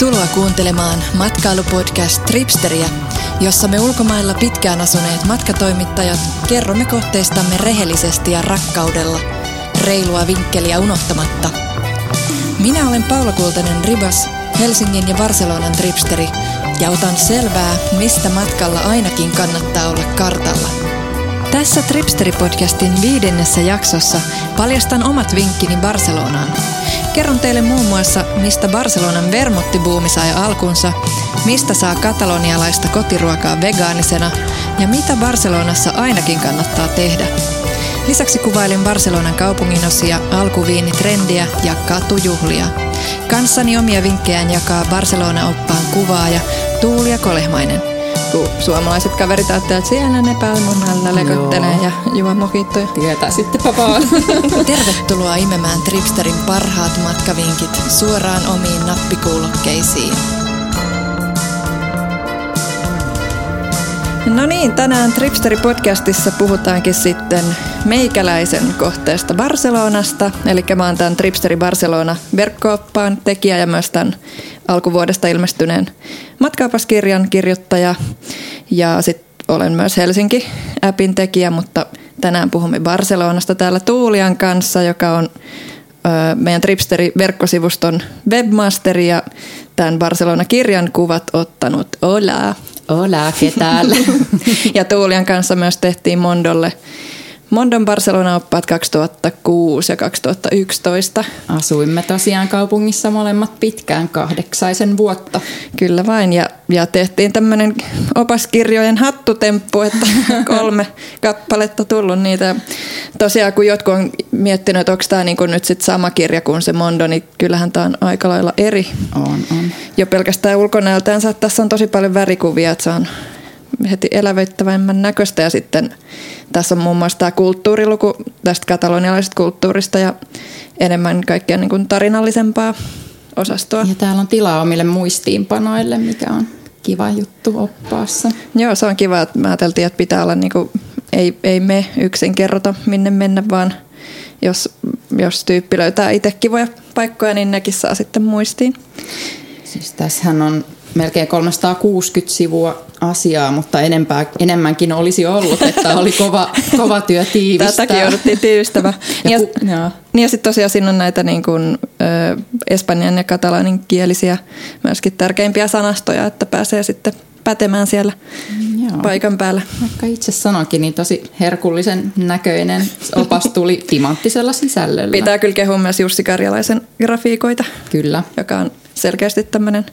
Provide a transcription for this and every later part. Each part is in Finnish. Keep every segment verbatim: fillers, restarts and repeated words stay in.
Tervetuloa kuuntelemaan matkailupodcast Tripsteriä, jossa me ulkomailla pitkään asuneet matkatoimittajat kerromme kohteistamme rehellisesti ja rakkaudella, reilua vinkkeliä unohtamatta. Minä olen Paula Kultanen Ribas, Helsingin ja Barcelonan tripsteri, ja otan selvää, mistä matkalla ainakin kannattaa olla kartalla. Tässä Tripsteri-podcastin viidennessä jaksossa paljastan omat vinkkini Barcelonaan. Kerron teille muun muassa, mistä Barcelonan vermuttibuumi sai alkunsa, mistä saa katalonialaista kotiruokaa vegaanisena ja mitä Barcelonassa ainakin kannattaa tehdä. Lisäksi kuvailin Barcelonan kaupunginosia, alkuviinitrendiä ja katujuhlia. Kanssani omia vinkkejään jakaa Barcelona-oppaan kuvaaja Tuulia Kolehmainen. Kun suomalaiset kaverit ajattelee, että siellä ne pälmunalla lekottelee ja juo mojittoja. Tietää sittenpä vaan. Tervetuloa imemään Tripsterin parhaat matkavinkit suoraan omiin nappikuulokkeisiin. No niin, tänään Tripsteri-podcastissa puhutaankin sitten meikäläisen kohteesta Barcelonasta. Eli mä oon tämän Tripsteri Barcelona verkko-oppaan tekijä ja myös tämän alkuvuodesta ilmestyneen matkaopaskirjan kirjoittaja. Ja sitten olen myös Helsinki-appin tekijä, mutta tänään puhumme Barcelonasta täällä Tuulian kanssa, joka on ö, meidän Tripsteri-verkkosivuston webmasteri ja tämän Barcelona-kirjan kuvat ottanut. Hola! Hola, ¿qué tal? Ja Tuulian kanssa myös tehtiin Mondolle Mondon Barcelona-oppaat kaksituhattakuusi ja kaksituhattayksitoista. Asuimme tosiaan kaupungissa molemmat pitkään kahdeksaisen vuotta. Kyllä vain, ja, ja tehtiin tämmöinen opaskirjojen hattutemppu, että kolme kappaletta tullut niitä. Tosiaan kun jotkut on miettinyt, että onko tämä niinku nyt sit sama kirja kuin se Mondo, niin kyllähän tämä on aika lailla eri. On, on. Jo pelkästään ulkonäöltänsä, että tässä on tosi paljon värikuvia, että se on heti elävöittävämmän näköistä, ja sitten tässä on muun muassa tämä kulttuuriluku tästä katalonialaisesta kulttuurista ja enemmän kaikkea niin kuin tarinallisempaa osastoa. Ja täällä on tilaa omille muistiinpanoille, mikä on kiva juttu oppaassa. Joo, se on kiva, että me ajateltiin, että pitää olla niin kuin, ei, ei me yksin kerrota minne mennä, vaan jos, jos tyyppi löytää itse kivoja paikkoja, niin nekin saa sitten muistiin. Siis tässähän on melkein kolmesataakuusikymmentä sivua asiaa, mutta enempää, enemmänkin olisi ollut, että oli kova, kova työ tiivistää. Tätäkin jouduttiin tiivistämään. ja, ja, ja, ja sitten tosiaan siinä on näitä niin kuin, ö, espanjan ja katalanin kielisiä myöskin tärkeimpiä sanastoja, että pääsee sitten pätemään siellä Joo. paikan päällä. Vaikka itse sanoinkin, niin tosi herkullisen näköinen opas tuli timanttisella sisällöllä. Pitää kyllä kehua myös Jussi Karjalaisen grafiikoita, kyllä. Joka on selkeästi tämmöinen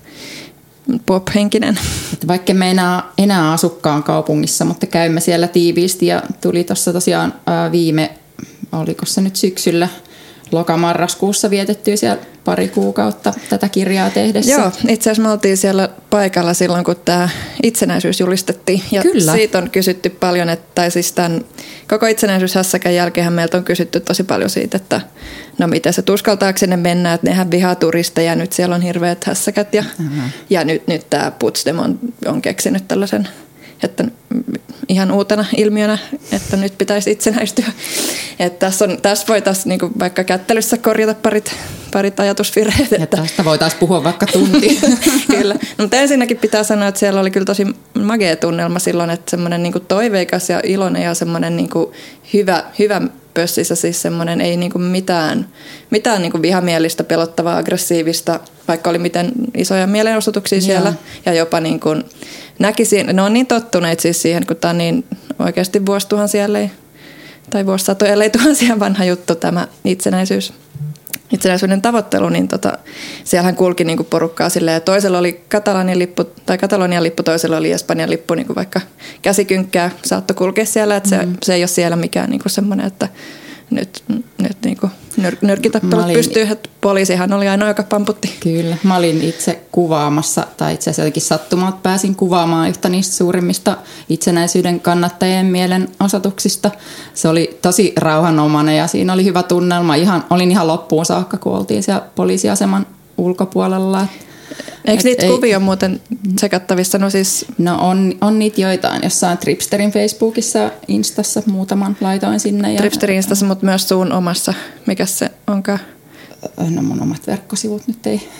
pop-henkinen. Vaikka me enää, enää asukkaan kaupungissa, mutta käymme siellä tiiviisti ja tuli tuossa tosiaan ää, viime, oliko se nyt syksyllä, lokamarraskuussa vietettyä siellä pari kuukautta tätä kirjaa tehdessä. Joo, itse asiassa me oltiin siellä paikalla silloin, kun tämä itsenäisyys julistettiin. Ja Kyllä. Siitä on kysytty paljon, että tai siis tämän koko itsenäisyyshässäkän jälkeen meiltä on kysytty tosi paljon siitä, että no miten se uskaltaako sinne mennä, että nehän vihaa turisteja, nyt siellä on hirveät hässäkät ja, uh-huh. ja nyt, nyt tämä Puigdemont on, on keksinyt tällaisen, että ihan uutena ilmiönä, että nyt pitäisi itsenäistyä. Että tässä, on, tässä voitaisiin niinku vaikka kättelyssä korjata parit, parit ajatusvirheet. Ja tästä voitaisiin puhua vaikka tunti. Kyllä. No, mutta ensinnäkin pitää sanoa, että siellä oli kyllä tosi magea tunnelma silloin, että semmoinen niinku toiveikas ja iloinen ja semmoinen niinku hyvä, hyvä pössissä, siis semmoinen ei niinku mitään, mitään niinku vihamielistä, pelottavaa, aggressiivista, vaikka oli miten isoja mielenosoituksia siellä. Ja jopa niin kuin näkisin, ne on niin tottuneet siis siihen, kun tämä on niin oikeasti vuosituhansia, ellei, tai vuosisatoja, ellei tuhansia vanha juttu tämä itsenäisyys. Itsenäisyyden tavoittelu, niin tota, siellähän kulki niinku porukkaa silleen, ja toisella oli Katalanian lippu, tai Katalonian lippu, toisella oli Espanjan lippu, niinku vaikka käsikynkkää saattoi kulkea siellä, että mm-hmm. se, se ei ole siellä mikään niinku semmoinen, että nyt, nyt niinku nör, nyrkitappelut olin... pystyy, että poliisihan oli ainoa, joka pamputti. Kyllä, mä olin itse kuvaamassa, tai itse asiassa jotenkin sattumalta pääsin kuvaamaan yhtä niistä suurimmista itsenäisyyden kannattajien mielenosoituksista. Se oli tosi rauhanomainen ja siinä oli hyvä tunnelma. Ihan, olin ihan loppuun saakka, kun oltiin siellä poliisiaseman ulkopuolella. Eikö niitä ei... kuvia muuten sekattavissa? No, siis... no on, on niitä joitain. Jossain Tripsterin Facebookissa, Instassa muutaman laitoin sinne. Ja... Tripsterin Instassa, mutta myös sun omassa. Mikäs se onkaan? No mun omat verkkosivut nyt ei.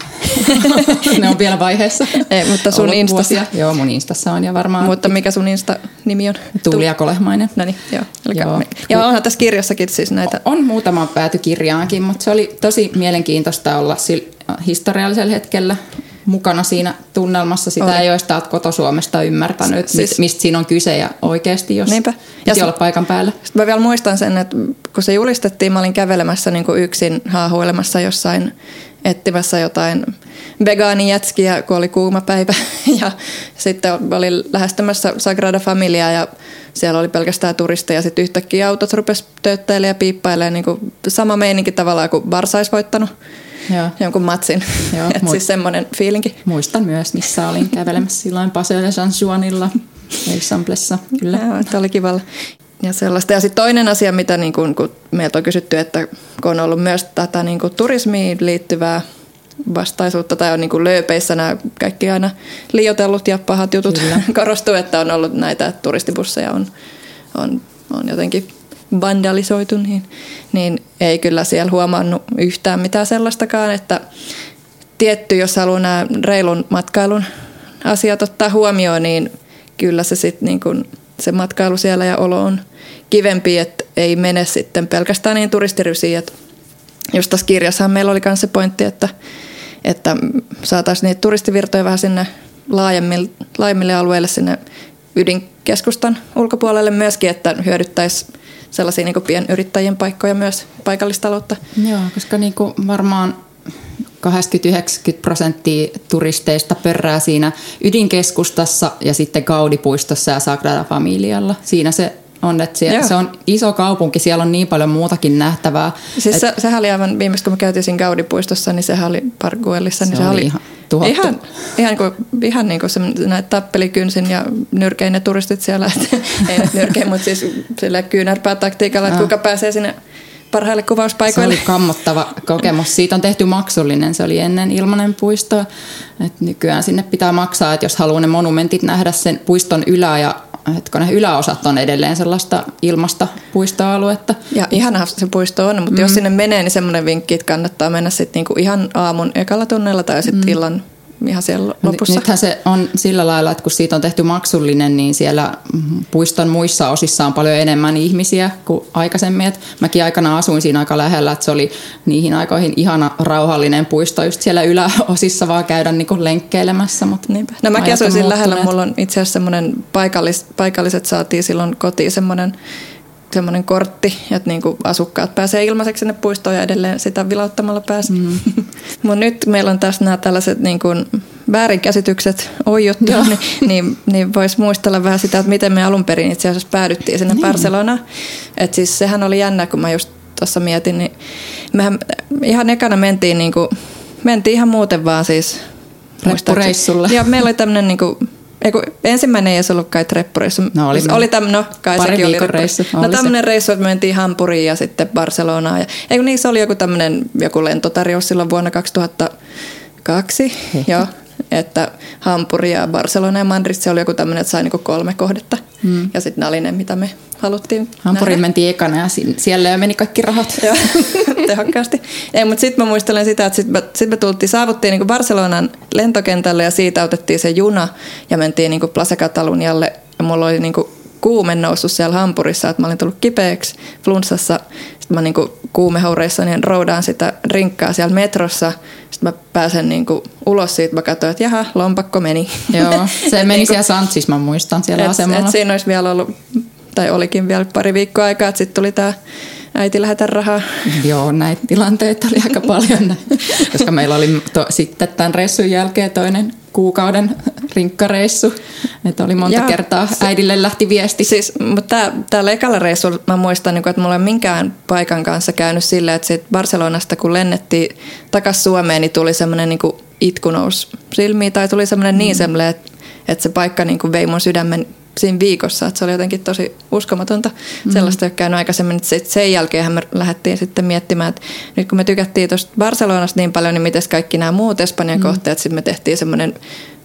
Ne on vielä vaiheessa. Ei, mutta sun Instassa. Joo, mun Instassa on ja varmaan. Mutta mikä sun Insta-nimi on? Tuulia Kolehmainen. No niin, joo. joo. Ja onhan tässä kirjassakin siis näitä. On muutama pääty kirjaankin, mutta se oli tosi mielenkiintoista olla sillä historiallisella hetkellä mukana siinä tunnelmassa. Sitä oli. Ei ole sitä Koto-Suomesta ymmärtänyt, siis, mistä siinä on kyse ja oikeasti, jos Niinpä. Piti ja olla paikan päällä. Mä vielä muistan sen, että kun se julistettiin, mä olin kävelemässä niin kuin yksin haahuilemassa jossain etsimässä jotain vegaanijätskiä, kun oli kuuma päivä. Ja sitten olin lähestymässä Sagrada Familiaa ja siellä oli pelkästään turisteja. Sitten yhtäkkiä autot rupesi tööttäilemään ja piippailemaan. Niin kuin sama meininki tavallaan kuin Barsa olisi voittanut. Joo. Jonkun matsin. Joo, muist- siis semmoinen fiilinki. Muistan myös, missä olin kävelemässä silloin Paseo de San Juanilla Eisamplessa. Kyllä. Joo, että oli kivalla. Ja sellaista. Ja sitten toinen asia, mitä niin kun, kun meiltä on kysytty, että kun on ollut myös tätä niin kun turismiin liittyvää vastaisuutta tai on niin kuin lööpeissä nämä kaikki aina liioitellut ja pahat jutut korostuu, että on ollut näitä turistibusseja on, on, on jotenkin vandalisoitu, niin, niin ei kyllä siellä huomannut yhtään mitään sellaistakaan, että tietty, jos haluaa nämä reilun matkailun asiat ottaa huomioon, niin kyllä se sitten niin kuin se matkailu siellä ja olo on kivempi, että ei mene sitten pelkästään niin turistirysiin. Just tässä kirjassahan meillä oli myös se pointti, että, että saataisiin niitä turistivirtoja vähän sinne laajemmille, laajemmille alueille sinne ydinkeskustan ulkopuolelle myöskin, että hyödyttäisiin sellaisia niin kuin pienyrittäjien paikkoja myös paikallistaloutta. Joo, koska niin kuin varmaan kaksikymmentä yhdeksänkymmentä prosenttia turisteista pörrää siinä ydinkeskustassa ja sitten Gaudi-puistossa ja Sagrada Familialla. Siinä se on, että siellä, se on iso kaupunki, siellä on niin paljon muutakin nähtävää. Siis et, se, sehän oli aivan viimeksi, kun me käytiin siinä Gaudi-puistossa, niin sehän oli Parguellissa. Niin se, se oli ihan tuhottu. Ihan, ihan, kuin, ihan niin kuin se, näitä tappelikynsin ja nyrkein ne turistit siellä. Ei nyt nyrkein, mutta siis sillä kyynärpäätaktiikalla, että kuka pääsee sinne parhaille kuvauspaikoille. Se oli kammottava kokemus. Siitä on tehty maksullinen. Se oli ennen ilmainen puisto. Et nykyään sinne pitää maksaa, että jos haluaa ne monumentit nähdä sen puiston ylä- ja kun ne yläosat on edelleen sellaista ilmasta puistoaluetta. Ja ihana se puisto on, mutta mm. jos sinne menee, niin semmoinen vinkki, että kannattaa mennä sitten niinku ihan aamun ekalla tunnella tai sitten mm. illan ihan siellä lopussa. Nythän se on sillä lailla, että kun siitä on tehty maksullinen, niin siellä puiston muissa osissa on paljon enemmän ihmisiä kuin aikaisemmin. Et mäkin aikana asuin siinä aika lähellä, että se oli niihin aikoihin ihana rauhallinen puisto just siellä yläosissa vaan käydä niinku lenkkeilemässä. Mut no mäkin asuin siinä lähellä, mulla on itse asiassa semmoinen paikallis, paikalliset saatiin silloin kotiin semmoinen semmoinen kortti, että niinku asukkaat pääsee ilmaiseksi sinne puistoon ja edelleen sitä vilauttamalla pääsee. Mm. Mutta nyt meillä on tässä nämä tällaiset niinku väärinkäsitykset oijuttu, niin, niin, niin voisi muistella vähän sitä, että miten me alun perin itse asiassa päädyttiin sinne niin. Barcelonaan. Että siis sehän oli jännä, kun mä just tuossa mietin, niin mehän ihan ekana mentiin, niinku, mentiin ihan muuten vaan siis. Reppureissulle. Ja meillä oli tämmöinen niinku, Eiku, ensimmäinen ei edes ollut kai treppureissu. No oli, oli täm, no, kai pari viikon reissu. No tämmöinen reissu, että me mentiin Hampuriin ja sitten Barcelonaan. Ja, eiku, niin se oli joku tämmöinen joku lentotarjous silloin vuonna kaksituhattakaksi. Joo, että Hampuri ja Barcelona ja Madrid, se oli joku tämmöinen, että sai niinku kolme kohdetta. Hmm. Ja sitten nämä oli ne, mitä me haluttiin Hampuriin mentiin ekana ja siellä jo meni kaikki rahat. Joo, tehokkaasti. Ei, mutta sitten mä muistelen sitä, että sitten me, sit me tultiin, saavuttiin niinku Barcelonan lentokentälle ja siitä otettiin se juna ja mentiin niinku Plaza Catalunialle. Ja mulla oli niinku kuume noussut siellä Hampurissa, että mä olin tullut kipeäksi flunssassa. Sitten mä niinku kuumehoureissani niin roudaan sitä rinkkaa siellä metrossa. Sitten mä pääsen niinku ulos siitä, mä katsoin, että jaha, lompakko meni. Joo, se meni niinku, siellä Santsis, mä muistan siellä et, asemalla. Et siinä olisi vielä ollut, tai olikin vielä pari viikkoa aikaa, että sitten tuli tämä äiti lähetä rahaa. Joo, näitä tilanteita oli aika paljon, koska meillä oli to, sitten tämän reissun jälkeen toinen kuukauden rinkkareissu. Että oli monta ja, kertaa äidille lähti viesti. Siis, mutta täällä ekalla reissulla mä muistan, että mulla ei minkään paikan kanssa käynyt silleen, että siitä Barcelonasta kun lennettiin takaisin Suomeen, niin tuli semmoinen niin kuin itku nousi silmiin. Tai tuli semmoinen mm. niin semmoinen, että, että se paikka niin kuin vei mun sydämen siinä viikossa. Että se oli jotenkin tosi uskomatonta. Mm. Sellaista ei ole käynyt aikaisemmin. Sen jälkeen me lähdettiin sitten miettimään, että nyt kun me tykättiin tuosta Barcelonasta niin paljon, niin miten kaikki nämä muut Espanjan mm. kohteet, sitten me tehtiin semmoinen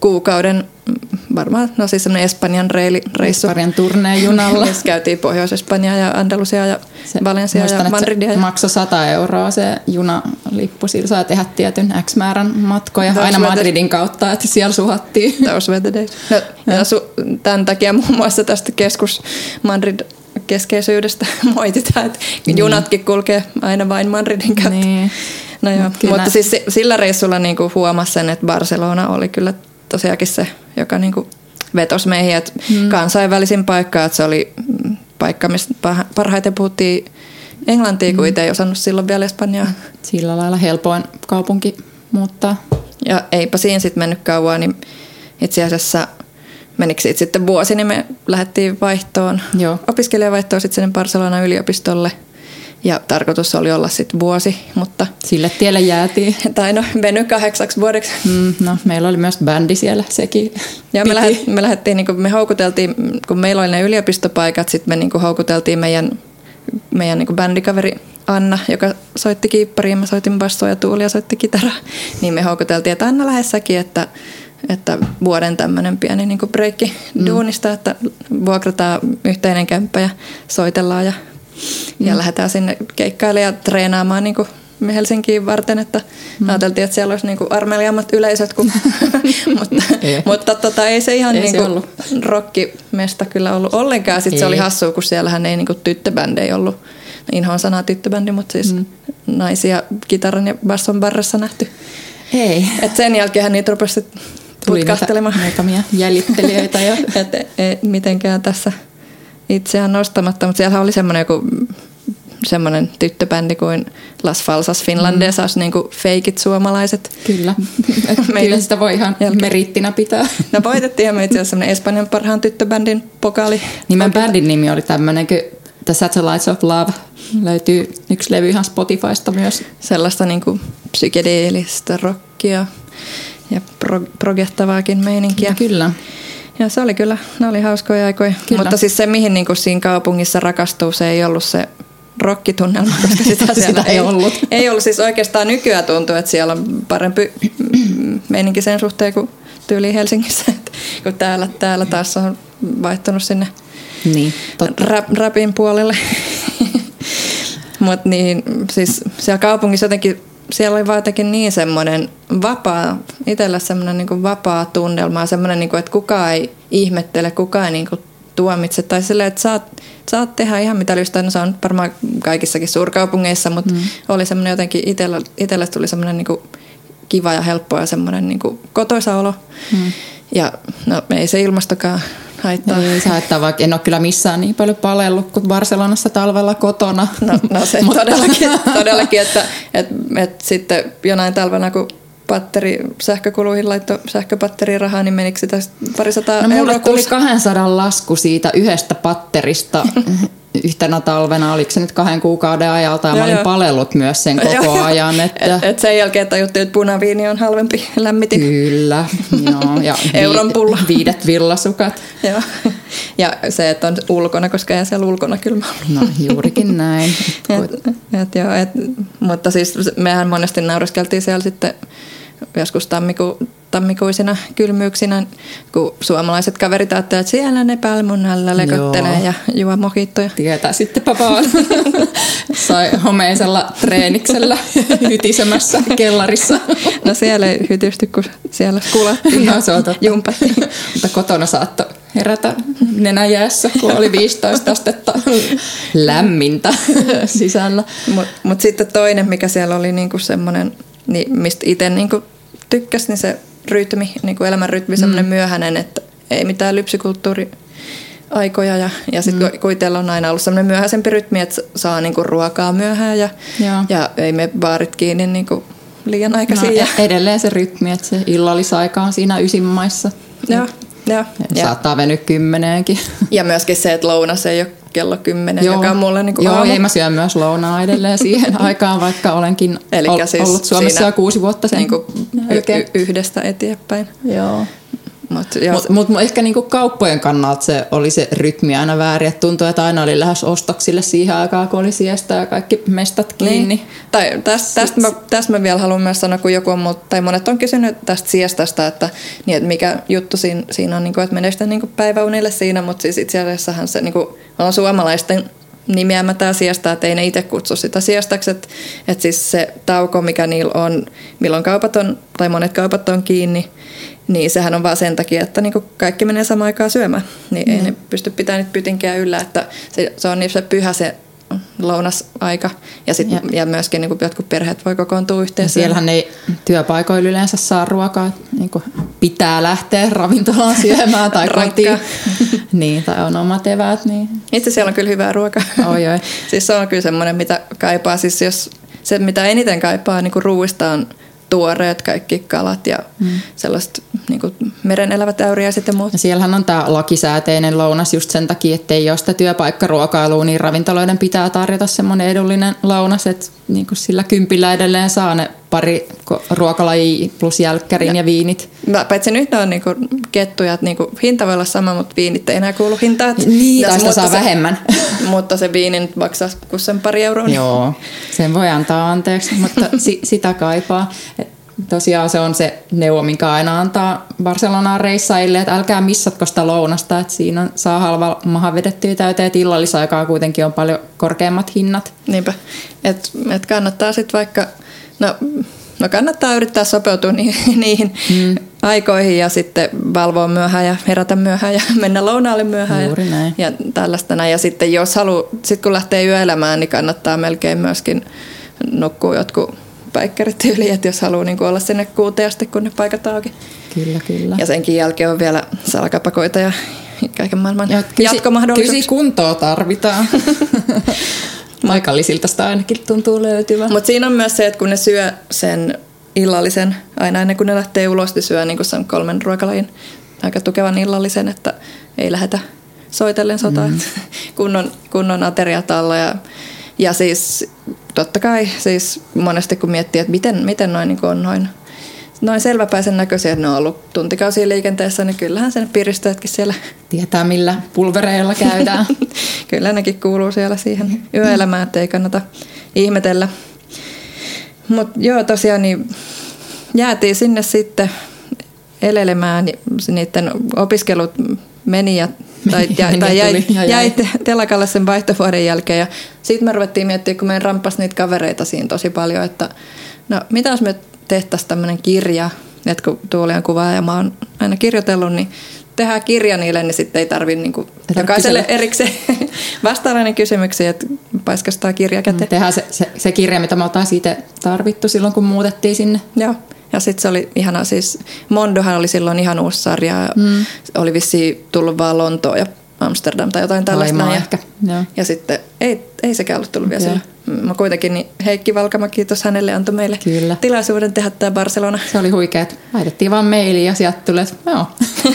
kuukauden, varmaan, no siis semmoinen Espanjan reili, reissu. Espanjan turneen junalla. Missä käytiin Pohjois-Espanjaa ja Andalusia ja Valencia ja Madridia. Se maksoi sata euroa se junalippu. Sillä saa tehdä tietyn X määrän matkoja. Those aina Madridin the... kautta, että siellä suhattiin. Those were the days. No, ja su- tämän takia muun muassa tästä keskus Madrid keskeisyydestä moititaan, että niin. junatkin kulkee aina vain Madridin kautta. Niin. No joo, mutta siis sillä reissulla niinku huomasi sen, että Barcelona oli kyllä tosiaankin se, joka niinku vetosi meihin, että hmm. kansainvälisin paikka, että se oli paikka, mistä parhaiten puhuttiin englantia, kun hmm. itse ei osannut silloin vielä espanjaa. Sillä lailla helpoin kaupunki muuttaa. Ja eipä siinä sitten mennyt kauan, niin itse asiassa menikö siitä sitten vuosi, niin me lähdettiin vaihtoon, Joo. opiskelijavaihtoon sitten sinne Barcelonan yliopistolle. Ja tarkoitus oli olla sitten vuosi, mutta... Sille tielle jäätiin. Tai no, veny kahdeksaksi vuodeksi. Mm, no, meillä oli myös bändi siellä, sekin Ja me, lähet, me lähdettiin, niin kuin me houkuteltiin, kun meillä oli ne yliopistopaikat, sitten me niin kuin houkuteltiin meidän, meidän niin kuin bändikaveri Anna, joka soitti kiippariin, mä soitin bassoa ja Tuulia soitti kitaraa. Niin me houkuteltiin, että Anna lähdessäkin, että, että vuoden tämmöinen pieni niin kuin breikki mm. duunista, että vuokrataan yhteinen kämppä ja soitellaan ja... Ja mm. lähdetään sinne keikkailemaan ja treenaamaan niin kuin me Helsinkiin varten, että mm. ajateltiin, että siellä olisi niin kuin armeliaammat yleisöt, kun, mutta, mutta tota, ei se ihan ei niin kuin rockimesta kyllä ollut ollenkaan. Sitten ei. Se oli hassua, kun siellähän ei niin kuin tyttöbändejä ollut. Inhoon sanaa tyttöbändi, mutta siis mm. naisia kitaran ja basson barressa nähty. Ei. Et sen jälkeen niitä rupesi putkahtelemaan. Muutamia jäljittelijöitä. Ja... et ei mitenkään tässä... Itseään nostamatta, mutta siellä oli semmoinen joku semmoinen tyttöbändi kuin Las Falsas Finlandesas, mm. niin kuin feikit suomalaiset. Kyllä, kyllä sitä voi ihan jälkeen. Merittinä pitää. No voitettiin ja me itse asiassa semmoinen Espanjan parhaan tyttöbändin pokaali. Nimen bändin nimi oli tämmöinen kuin The Satellites of Love. Löytyy yksi levy ihan Spotifysta myös. Sellaista niin kuin psykedeellistä rockia ja pro- progettavaakin meininkiä. Kyllä. kyllä. Ja se oli kyllä, ne oli hauskoja aikoja. Kyllä. Mutta siis se, mihin niin kuin siinä kaupungissa rakastuu, se ei ollut se rockitunnelma, koska sitä, sitä ei, ei ollut. Ei ollut siis oikeastaan nykyään tuntuu, että siellä on parempi meininki sen suhteen kuin tyyliin Helsingissä. Kun täällä, täällä taas on vaihtunut sinne niin, rap, rapin puolelle. Mutta niin, siis siellä kaupungissa jotenkin... Siellä oli vaan jotenkin niin semmoinen vapaa, itsellä semmoinen niin kuin vapaa tunnelma, semmoinen, niin kuin, että kukaan ei ihmettele, kukaan ei niin kuin tuomitse. Tai silleen, että saat, saat tehdä ihan mitä lystää. No se on varmaan kaikissakin suurkaupungeissa, mutta mm. oli semmoinen jotenkin, itsellä, itsellä tuli semmoinen niin kuin kiva ja helppo ja semmoinen niin kuin kotoisa olo. Mm. Ja no ei se ilmastokaan haittaa. Ei se haittaa, vaikka en ole kyllä missään niin paljon palellut kuin Barcelonassa talvella kotona. No, no se todellakin, todellakin että et, et sitten jonain talvena, kun patteri sähkökuluihin laittoi sähköpatterirahaa, niin menikö sitä parisataa euroa? No mulle tuli kuusi... kahdensadan lasku siitä yhdestä patterista yhtenä talvena, oliko se nyt kahden kuukauden ajalta, ja joo, mä olin joo. palellut myös sen koko joo, ajan. Että... Et, et sen jälkeen tajuttiin, että punaviini on halvempi lämmitin. Kyllä, joo. Ja euron pullo. Viidet villasukat. Joo. Ja se, että on ulkona, koska ei siellä ulkona kylmä. No juurikin näin. et, et, joo, et, mutta siis mehän monesti naureskeltiin siellä sitten joskus tammiku, tammikuisina kylmyyksinä, kun suomalaiset kaverit ajattelevat, että siellä ne pälmunnalla lekottelee ja juo mojittoja. Tietää sittenpä vaan. Sai homeisella treeniksellä hytisemässä kellarissa. No siellä ei hytysty, kun siellä skulattiin no, se on totta. Jumpattiin. Mutta kotona saattoi herätä nenäjäässä, kun oli viisitoista astetta lämmintä sisällä. Mutta mut sitten toinen, mikä siellä oli niinku semmoinen, niin mistä itse niinku tykkäsin, niin se rytmi, niinku elämän rytmi, semmoinen mm. myöhäinen, että ei mitään lypsykulttuuriaikoja. Ja, ja sitten mm. kun itsellä on aina ollut semmoinen myöhäisempi rytmi, että saa niinku ruokaa myöhään ja, ja ei mene baarit kiinni niinku liian aikaisin. No, ja edelleen se rytmi, että se illallisaika on siinä ysin maissa. Joo. Ja, saattaa venyä kymmeneenkin. Ja myöskin se, että lounas ei ole kello kymmenen, joo. joka on mulle niin kuin joo, aamu. Ei mä syön myös lounaa edelleen siihen aikaan, vaikka olenkin ol, siis ollut Suomessa jo kuusi vuotta sen niin y- y- yhdestä eteenpäin. Joo. Mutta mut, mut ehkä niinku kauppojen kannalta se oli se rytmi aina väärin, että tuntui, että aina oli lähes ostoksille siihen aikaan, kun oli siesta ja kaikki mestat kiinni. Niin. Tai tästä, tästä, mä, tästä mä vielä haluan myös sanoa, kun joku on, tai monet on kysynyt tästä siestasta, että, niin, että mikä juttu siinä, siinä on, niin kuin, että menee sitä niin kuin päiväunille siinä, mutta siis itse asiassahan se niin kuin, on suomalaisten nimeämä tämä siesta, että ei ne itse kutsu sitä siestaksi, että, että siis se tauko, mikä niillä on, milloin kaupat on, tai monet kaupat on kiinni, niin sehän on vaan sen takia, että niinku kaikki menee samaan aikaan syömään. Niin mm. ei ne pysty pitämään niitä pytinkiä yllä, että se, se on niin se pyhä se lounasaika. Ja, sit, ja. ja myöskin niinku jotkut perheet voi kokoontua yhteen. Siellähän ei työpaikoilla yleensä saa ruokaa. Niinku pitää lähteä ravintolaan syömään tai kotiin. Niin, tai on omat eväät. Niin. Itse siellä on kyllä hyvää ruokaa. Oi, oi. Siis se on kyllä semmoinen, mitä kaipaa. Siis jos se, mitä eniten kaipaa niinku ruuista on tuoreet kaikki kalat ja mm. sellaiset niin kuin meren elävät äyriäiset ja muut. Ja siellähän on tämä lakisääteinen lounas just sen takia, että ei ole sitä työpaikkaruokailua, niin ravintoloiden pitää tarjota semmoinen edullinen lounas, että niin kuin sillä kympillä edelleen saa ne pari ruokalajia plus jälkkärin ja, ja viinit. Paitsi nyt ne on niin kuin kettuja, että niin kuin hinta voi olla sama, mutta viinit ei enää kuulu hintaan. Niin, tai sitä saa se, vähemmän. Mutta se viinin maksaa kuin sen pari euroa. Niin. Joo, sen voi antaa anteeksi, mutta si, sitä kaipaa. Tosiaan se on se neuvo, minkä aina antaa Barcelonaan reissaille, että älkää missatko sitä lounasta, että siinä on, saa halva maha vedettyä täyteen, että illallisaikaa kuitenkin on paljon korkeammat hinnat. Niinpä, että et kannattaa sitten vaikka, no, no kannattaa yrittää sopeutua niihin, niihin mm. aikoihin ja sitten valvoa myöhään ja herätä myöhään ja mennä lounaalle myöhään Juuri näin. ja, ja tällaista näin. Ja sitten jos haluaa, sit kun lähtee yöelämään, niin kannattaa melkein myöskin nukkua jotkut päikkärit yli, että jos haluaa niin olla sinne kuuteen asti, kun ne paikat auki. Kyllä, kyllä. Ja senkin jälkeen on vielä salakapakoita ja kaiken maailman ja kysi, jatkomahdollisuuksia. Kysi kuntoa tarvitaan. Paikallisilta sitä ainakin tuntuu löytyvän. Mutta siinä on myös se, että kun ne syö sen illallisen, aina ennen kuin ne lähtee ulos, niin syö niin kuin sen kolmen ruokalajin aika tukevan illallisen, että ei lähdetä soitellen sotaa. Mm. kunnon, kunnon ateriat alla ja Ja siis totta kai siis monesti kun miettii, että miten, miten noin, niin on noin, noin selväpäisen näköisiä, että ne on ollut tuntikausia liikenteessä, niin kyllähän sen piristäjätkin siellä tietää, millä pulvereilla käydään. Kyllä nekin kuuluu siellä siihen yöelämään, että ei kannata ihmetellä. Mutta joo, tosiaan niin jäätiin sinne sitten elelemään, niiden opiskelut meni ja tai, ja, tai jäi, jäi, jäi telakalle sen vaihtovuoden jälkeen ja sitten me ruvettiin miettimään, kun meidän ramppasi niitä kavereita siinä tosi paljon, että no mitä jos me tehtäisiin tämmöinen kirja, että kun Tuuli on kuvaaja ja mä oon aina kirjoitellut, niin tehdään kirja niille, niin sitten ei tarvitse niinku jokaiselle erikseen vastaavainen kysymyksiä, että paiskastaa kirja käteen. Tehdään se, se, se kirja, mitä me oltaisiin itse tarvittu silloin, kun muutettiin sinne. Joo. Ja sitten se oli ihana, siis Mondohan oli silloin ihan uusi sarja ja mm. oli vissiin tullut vaan Lontoa ja Amsterdam tai jotain tällaista. Vaimaa ja, ehkä. Joo. Ja sitten ei, ei sekään ollut tullut vielä silloin. Mä kuitenkin, niin Heikki Valkama, kiitos hänelle, antoi meille Kyllä. tilaisuuden tehdä tämä Barcelona. Se oli huikea. Laitettiin vaan mailiin ja sieltä tuli, että joo,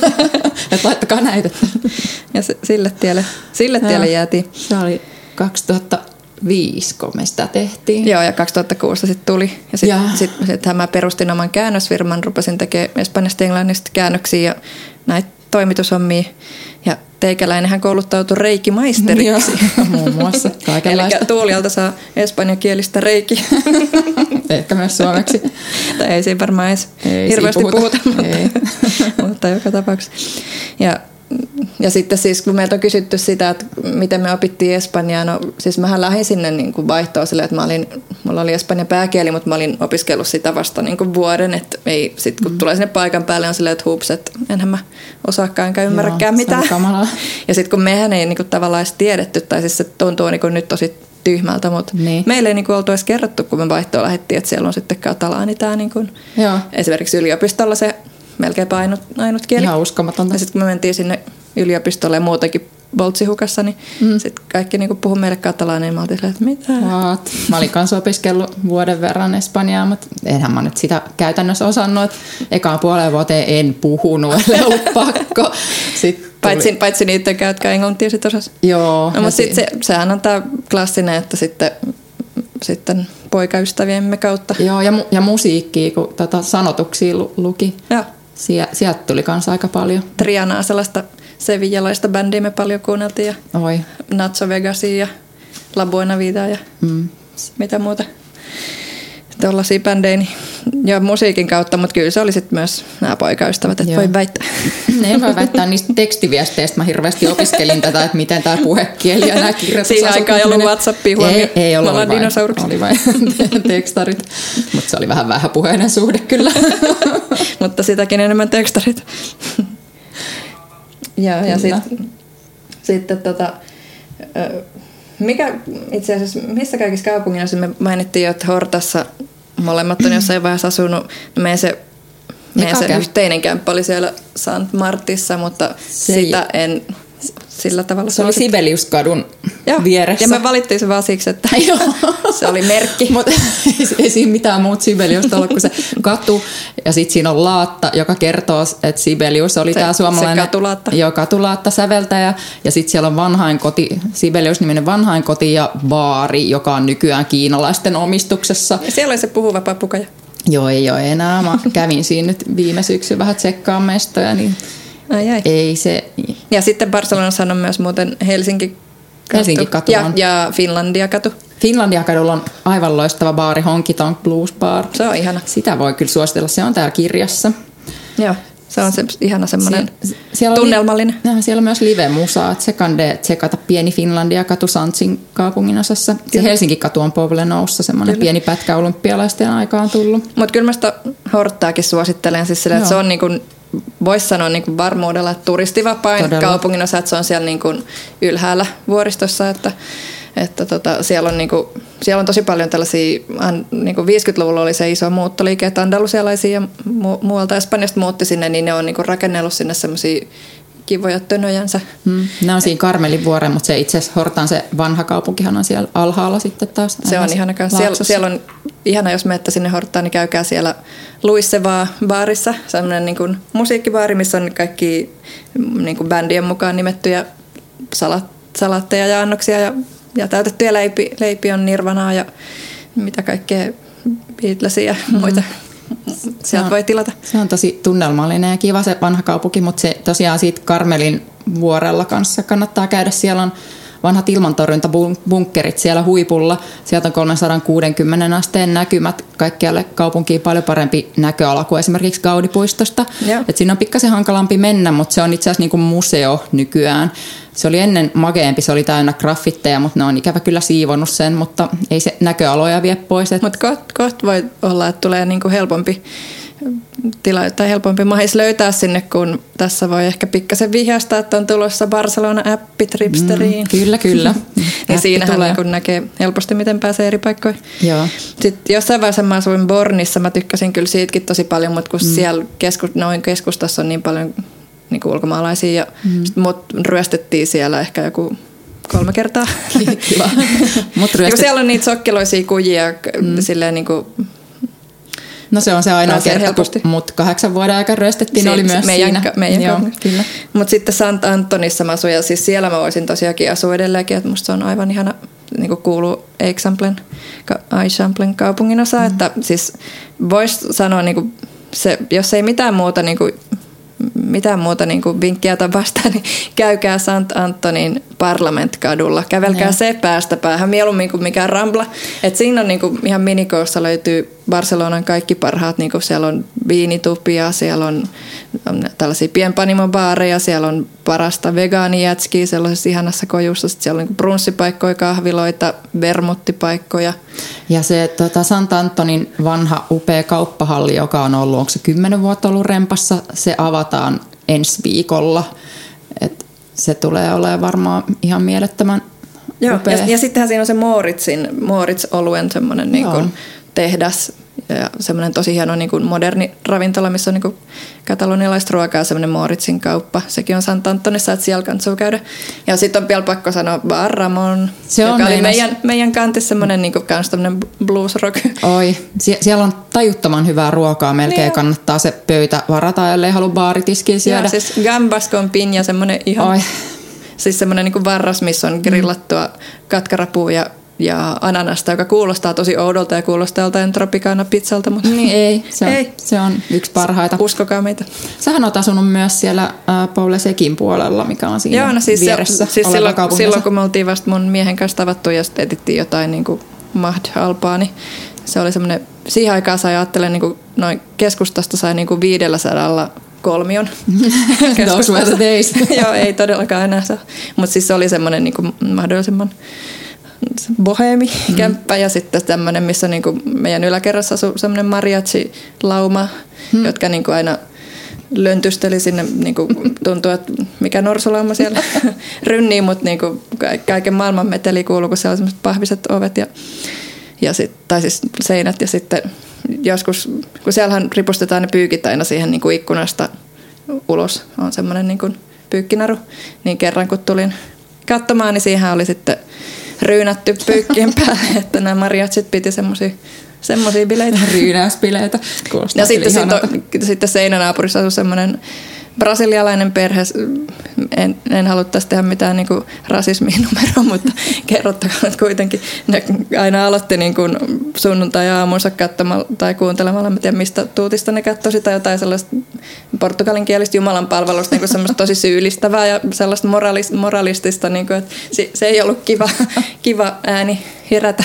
että laittakaa näytettä. Ja se, sille tielle, sille tielle jäätiin. Se oli kaksituhattaviisi, kun me sitä tehtiin. Joo, ja kaksituhattakuusi sitten tuli. Ja sitten sit, sit mä perustin oman käännösfirman, rupesin tekemään Espanjasta Englannista käännöksiä ja näitä toimitushommia. Ja teikäläinenhän kouluttautui reikimaisteriksi. Muun muassa kaikenlaista. Eli Tuulialta saa espanjankielistä reiki. Ehkä myös suomeksi. Tai ei siinä varmaan edes ei hirveästi puhuta, puhuta mutta, mutta joka tapauksessa. Ja Ja sitten siis kun meiltä on kysytty sitä, että miten me opittiin espanjaa, no siis mähän lähdin sinne niin kuin vaihtoon silleen, että mä olin, mulla oli espanjan pääkieli, mutta mä olin opiskellut sitä vasta niin kuin vuoden, että ei, sit kun mm. tulee sinne paikan päälle on silleen, että huups, että enhän mä osaakaan enkä ymmärräkään Joo, mitään. Ja sitten kun mehän ei niin kuin tavallaan edes tiedetty, tai siis se tuntuu niin kuin nyt tosi tyhmältä, mutta niin. meille ei niin kuin oltu edes kerrottu, kun me vaihtoon lähdettiin, että siellä on sitten katalaani tämä niin kuin esimerkiksi yliopistolla se melkeinpä ainut, ainut kieli. Ihan uskomatonta. Ja sitten kun me mentiin sinne yliopistolle ja muutenkin Boltsihukassa, niin mm. sitten kaikki niinku puhui meille katalaania, niin mä oltiin silleen, että mitä? What? Mä olin kanssa opiskellut vuoden verran espanjaa, mutta enhän mä nyt sitä käytännössä osannut, että ekaan puoleen vuoteen en puhunut, ellei ollut pakko. Paitsi, paitsi niiden käytkää englantia sitten osasi. Joo. No, mutta sitten se, sehän on tämä klassinen, että sitten, sitten poikaystäviemme kautta. Joo, ja, mu- ja musiikkia, kun tota sanotuksia lu- luki. Joo. Sieltä tuli kanssa aika paljon. Trianaa, sellaista sevillalaista bändiä me paljon kuunneltiin. Ja Oi. Nacho Vegasia ja La Buena Vida ja mm. mitä muuta. Tuollaisia bändejä ja musiikin kautta, mutta kyllä se oli sitten myös nämä poikaystävät, että voi väittää. En voi väittää niistä tekstiviesteistä. Mä hirveästi opiskelin tätä, että miten tämä puhekieli ja nämä kirjoitusasut. Siihen aikaan ei ollut WhatsAppia huomioon. Ei, ei ollut, oli vain, oli vain tekstarit. Mutta se oli vähän vähäpuheinen suhde kyllä. Mutta sitäkin enemmän tekstarit. ja ja sitten sit, tota, mikä itse asiassa, missä kaikissa kaupungissa me mainittiin jo, että Hortassa molemmat on jossain vaiheessa asunut. Meidän se, meidän se yhteinen kämppä oli siellä Sant Martissa, mutta se sitä en sillä tavalla. Se oli Sibeliuskadun Joo. vieressä. Ja me valittiin se vaan siksi, että se oli merkki. Mutta ei, ei siinä mitään muuta Sibeliusta ollut kuin se katu. Ja sitten siinä on laatta, joka kertoo, että Sibelius oli tämä suomalainen. Se katulaatta. Joo, katulaatta säveltäjä. Ja sitten siellä on vanhainkoti, Sibelius-niminen vanhainkoti ja baari, joka on nykyään kiinalaisten omistuksessa. Ja siellä oli se puhuva papukaja. Joo, ei ole enää. Mä kävin siinä nyt viime syksyn vähän tsekkaamaan mestoja, niin ai, ai. Ei se. Ja sitten Barcelonassa on myös muuten Helsinki Helsinki katu ja, ja Finlandia katu. Finlandia kadulla on aivan loistava baari, Honky Tonk Blues Bar. Se on ihana. Sitä voi kyllä suositella, se on täällä kirjassa. Joo, se on se ihana semmoinen Sie- tunnelmallinen. Li- siellä on myös live-musaa, että se kandee tsekata pieni Finlandia katu Santsin kaupungin osassa. Se Helsinki katu on Poblenoussa, semmoinen kyllä. Pieni pätkä olympialaisten aikaan tullut. Mutta kyllä mä sitä Horttaakin suosittelen, siis sille, että se on niin kuin voisi sanoa niin kuin varmuudella, että turistivapain Todella. kaupungin osa, että se on siellä niin kuin ylhäällä vuoristossa, että, että tota, siellä, on niin kuin, siellä on tosi paljon tällaisia, niin kuin viisikymmentäluvulla oli se iso muuttoliike, että andalusialaisia ja mu- muualta Espanjasta muutti sinne, niin ne on niin kuin rakennellut sinne semmoisia kivoja tönöjänsä. Hmm. Ne on siinä Karmelin vuoren, mutta se itse asiassa Hortan se vanha kaupunkihan on siellä alhaalla sitten taas. Se on ihana kanssa. Siellä, siellä on ihana, jos menette sinne Hortaan, niin käykää siellä Luissevaa baarissa, sellainen niin kuin musiikkibaari, missä on kaikki niin kuin bändien mukaan nimettyjä salat, salatteja ja annoksia ja, ja täytettyjä leipi, leipi on Nirvanaa ja mitä kaikkea Beatlesia ja muita. Sieltä on, voi tilata. Se on tosi tunnelmallinen ja kiva se vanha kaupunki, mutta se tosiaan siitä Karmelin vuorella kanssa kannattaa käydä. Siellä on vanhat ilmantorjuntabunkkerit siellä huipulla. Sieltä on kolmesataakuusikymmentä asteen näkymät kaikkialle kaupunkiin, paljon parempi näköala kuin esimerkiksi Gaudipuistosta. Et siinä on pikkasen hankalampi mennä, mutta se on itse asiassa niin kuin museo nykyään. Se oli ennen mageempi, se oli täynnä graffitteja, mutta ne on ikävä kyllä siivonnut sen, mutta ei se näköaloja vie pois. Et... Mutta kohta koht voi olla, että tulee niinku helpompi tila, tai helpompi mahis löytää sinne, kun tässä voi ehkä pikkasen vihjastaa, että on tulossa Barcelona-appi Tripsteriin. Mm, kyllä, kyllä. Niin siinähän niin näkee helposti, miten pääsee eri paikkoihin. Joo. Sitten jossain vaiheessa mä asuin Bornissa, mä tykkäsin kyllä siitäkin tosi paljon, mutta kun mm. siellä keskus, noin keskustassa on niin paljon niin kuin ulkomaalaisia ja mm. mut ryöstettiin siellä ehkä joku kolme kertaa. Kiva. Mut ryöstet... Siellä on niitä sokkeloisia kujia mm. silleen niin kuin... No se on se ainoa kerta, kun mut kahdeksan vuoden aikaa ryöstettiin, si- oli myös meidän, siinä. Meidän Joo, kyllä. Mutta sitten Sant Antonissa mä asuin ja siis siellä mä voisin tosiaankin asua edelleenkin, että musta se on aivan ihana, niin kuin kuuluu Eixamplen, Eixamplen kaupungin osa, mm. että siis vois sanoa niin kuin se, jos ei mitään muuta niin kuin mitään muuta niin kuin vinkkiä tai vastaan, niin käykää Sant Antonin Parlament-kadulla. Kävelkää ja. se päästä päähän, mieluummin kuin mikään Rambla. Et siinä on niin kuin ihan minikoossa löytyy Barcelonan kaikki parhaat. Niin kuin siellä on viinitupia, siellä on, on tällaisia pienpanimobaareja, siellä on parasta vegaanijätskiä sellaisessa ihanassa kojussa. Sitten siellä on niin kuin brunssipaikkoja, kahviloita, vermuttipaikkoja. Ja se tota, Sant Antonin vanha upea kauppahalli, joka on ollut, onko se kymmenen vuotta ollut rempassa, se avataan ensi viikolla. Et se tulee olemaan varmaan ihan mielettömän Joo, upea. Ja, ja sittenhän siinä on se Moritzin, Moritz-oluen semmoinen niin kuin tehdas ja semmoinen tosi hieno niin kuin moderni ravintola, missä on niin kuin katalonialaista ruokaa, semmoinen Moritzin kauppa. Sekin on Sant Antonissa, että siellä kannattaa käydä. Ja sitten on vielä pakko sanoa Bar Ramon, se joka oli meidän, meidän kantissa semmoinen niin kuin kans tämmöinen blues rock. Oi, Sie- siellä on tajuttoman hyvää ruokaa, melkein niin kannattaa se pöytä varata, ellei halua baaritiskiä syödä. Joo, siis gambas con piña, semmoinen ihan... Oi. Siis semmoinen niin kuin varras, missä on grillattua katkarapua ja ja ananasta, joka kuulostaa tosi oudolta ja kuulostaa joltain Tropicana pizzalta, mutta niin ei, se on, ei. Se on yksi parhaita. Uskokaa meitä. Sähän oot asunut myös siellä äh, Paul Sekin puolella, mikä on siinä Joo, no siis vieressä se, siis oleva silloin, kaupunginosa. silloin, kun me oltiin vasta mun miehen kanssa tavattu ja sitten etittiin jotain niin kuin Mahd-alpaa, niin se oli semmoinen, siihen aikaan sai ajattelen, niin kuin noin keskustasta sai niin kuin viidellä sadalla kolmion. Those were the days. Joo, ei todellakaan enää saa. Mutta siis se oli semmoinen niin kuin mahdollisimman boheemi-kämppä mm. ja sitten tämmöinen, missä niin kuin meidän yläkerrassa asui semmoinen mariachi-lauma, mm. jotka niin kuin aina löntysteli sinne, niin kuin tuntuu, että mikä norsulauma siellä rynnii, mutta niin kuin kaiken maailman meteli kuuluu, kun siellä on semmoiset pahviset ovet ja, ja sit, tai siis seinät ja sitten joskus, kun siellähän ripustetaan ne pyykit aina siihen niin kuin ikkunasta ulos, on semmoinen niin kuin pyykkinaru, niin kerran kun tulin katsomaan, niin siihen oli sitten ryynätty pyykkien päälle, että nämä mariatsit piti semmoisia semmoisia bileitä. Ryynäyspileitä. Ja sitten, sitten, sitten seinänaapurissa asui semmoinen brasilialainen perhe. En, en haluttaisi tehdä mitään niin kuin rasisminumeroa, mutta kerrottakoon kuitenkin. Ne aina aloitti niin kuin sunnuntai-aamunsa katsomalla tai kuuntelemalla. En tiedä mistä tuutista ne katsoi sitä jotain sellaista portugalinkielistä jumalanpalvelusta, niin kuin semmoista tosi syyllistävää ja sellaista moralis, moralistista. Niin kuin, että se, se ei ollut kiva, kiva ääni herätä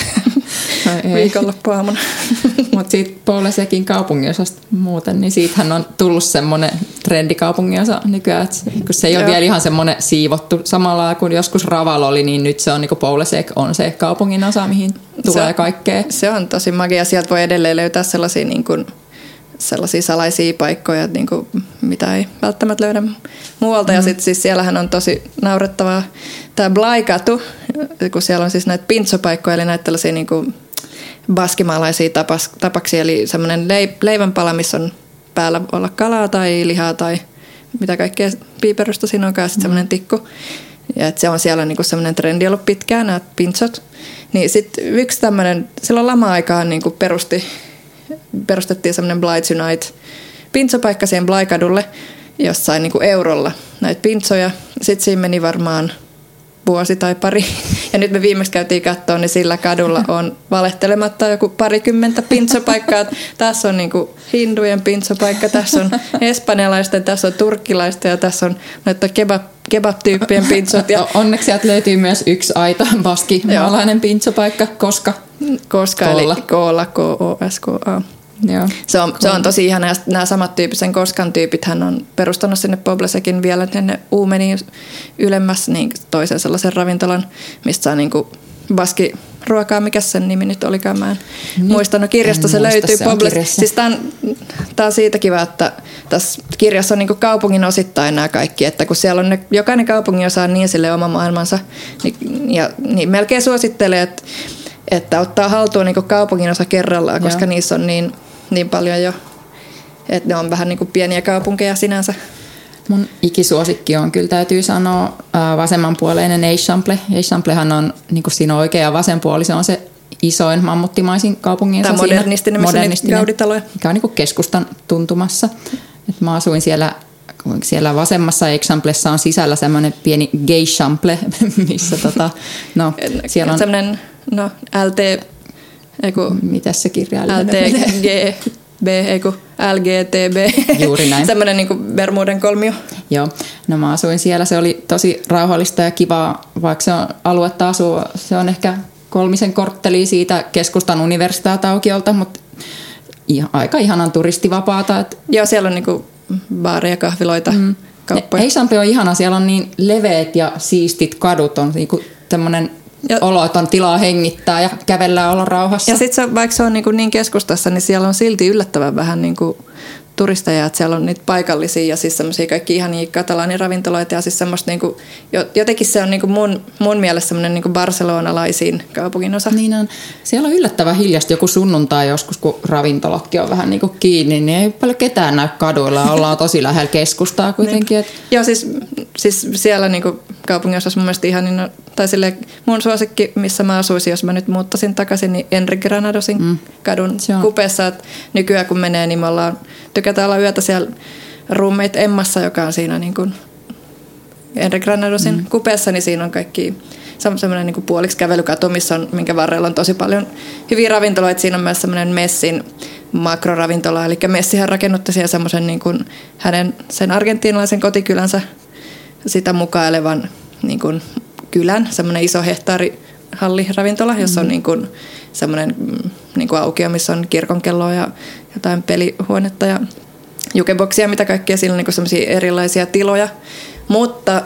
viikonloppuaamuna. Mutta siitä Paul Sekin kaupunginosasta muuten, niin siitähän on tullut semmoinen trendikaupunginosa nykyään, että kun se ei ole vielä ihan semmoinen siivottu samalla kuin joskus Raval oli, niin nyt se on niin kuin Paul Sek on se kaupunginosa, mihin tulee se, kaikkea. Se on tosi magia. Sieltä voi edelleen löytää sellaisia, niin kuin, sellaisia salaisia paikkoja, niin kuin, mitä ei välttämättä löydä muualta. Mm. Ja sitten siis siellähän on tosi naurettavaa tämä Blaikatu, kun siellä on siis näitä pintsopaikkoja, eli näitä tällaisia niin kuin baskimaalaisia tapas, tapaksia, eli semmoinen leivänpala, missä on päällä olla kalaa tai lihaa tai mitä kaikkea piiperystä siinä onkaan, sitten semmoinen tikku. Ja että se on siellä niinku semmoinen trendi ollut pitkään, nämä pintsot. Niin sitten yksi tämmöinen, silloin lama-aikaan niinku perusti, perustettiin semmoinen Blythe Unite pintsopaikka siihen Blaikadulle, jossain niinku eurolla näitä pintsoja. Sitten siinä meni varmaan vuosi tai pari. Ja nyt me viimeksi käytiin katsoa, niin sillä kadulla on valehtelematta joku parikymmentä pintsopaikkaa. Tässä on niinku hindujen pintsopaikka, tässä on espanjalaisten, tässä on turkkilaisten ja tässä on noita kebab, kebab-tyyppien pintsot. Ja onneksi sieltä löytyy myös yksi aito baskimaalainen pintsopaikka, koska Koska, eli Koolla, K O S K A. Joo. Se, on, se on tosi ihana. Ja nämä samat tyyppisen Koskan tyypit hän on perustanut sinne Poblesekin vielä, että ne uumeni ylemmäs niin toisen sellaisen ravintolan, mistä saa niin kuin baskiruokaa, mikä sen nimi nyt olikaan, mä en nyt muistanut. Kirjasta se löytyy. Se siis tämä on, on siitä kiva, että tässä kirjassa on niin kuin kaupungin osittain nämä kaikki, että kun siellä on ne, jokainen kaupungin osa on niin sille oma maailmansa, niin, ja, niin melkein suosittelee, että että ottaa haltuun niin kaupungin osa kerrallaan, koska Joo. niissä on niin, niin paljon jo, että ne on vähän niin kuin pieniä kaupunkeja sinänsä. Mun ikisuosikki on kyllä, täytyy sanoa, vasemmanpuoleinen Eixample. Eixamplehan on, niin kuin siinä on oikea ja vasen puoli, se on se isoin mammuttimaisin kaupungin osa. Tämä modernistinen, missä modernistinen, gauditaloja. Mikä on niin kuin keskustan tuntumassa. Et mä asuin siellä, siellä vasemmassa Eixamplessa on sisällä semmoinen pieni Gaychample, missä tota, no, siellä on semmoinen No, L T, eiku, mitäs se kirjailija? L T G B, eiku, L G T B. Juuri näin. Semmoinen niin kuin Bermuden kolmio. Joo, no mä asuin siellä, se oli tosi rauhallista ja kivaa, vaikka se on aluetta asua, se on ehkä kolmisen korttelia siitä keskustan universitaataukiolta, mutta ihan, aika ihanan turistivapaata. Että Joo, siellä on niin kuin baareja, kahviloita, mm. kauppoja. Eixample on ihana, siellä on niin leveät ja siistit kadut, on niin kuin tämmöinen ja, olo, että on tilaa hengittää ja kävellään olla rauhassa. Ja sitten vaikka se on niin, niin keskustassa, niin siellä on silti yllättävän vähän niin kuin turisteja, että siellä on niitä paikallisia ja siis semmoisia kaikki ihania katalaaniravintoloita ja siis semmoista niin kuin, jotenkin se on niin kuin mun, mun mielestä semmoinen niin kuin barcelonalaisin kaupunginosa. Niin on. Siellä on yllättävän hiljasta joku sunnuntai joskus, kun ravintolatkin on vähän niin kuin kiinni, niin ei paljon ketään näy kaduilla. Ollaan tosi lähellä keskustaa kuitenkin. Että Joo, siis, siis siellä niin kuin kaupunginosassa mun mielestä ihan, niin, tai silleen mun suosikki, missä mä asuisin, jos mä nyt muuttaisin takaisin, niin Enrique Granadosin mm. kadun kupeessa. Että nykyään kun menee, niin me ollaan tykätään olla yötä siellä roommate Emmassa, joka on siinä niin kuin Enri Granadosin mm. kupeessa, niin siinä on kaikki semmoinen niin kuin puoliksi kävelykatu, missä on, minkä varrella on tosi paljon hyviä ravintoloita. Siinä on myös semmoinen Messin makroravintola, eli Messihän rakennutti siihen semmoisen niin kuin hänen sen argentiinalaisen kotikylänsä sitä mukailevan niin kuin kylän, semmoinen iso hehtaarihalliravintola, jossa on niin kuin semmoinen niin kuin aukio, missä on kirkonkelloa ja jotain pelihuonetta ja jukeboksia, mitä kaikkea. Siinä on niin kuin semmoisia erilaisia tiloja, mutta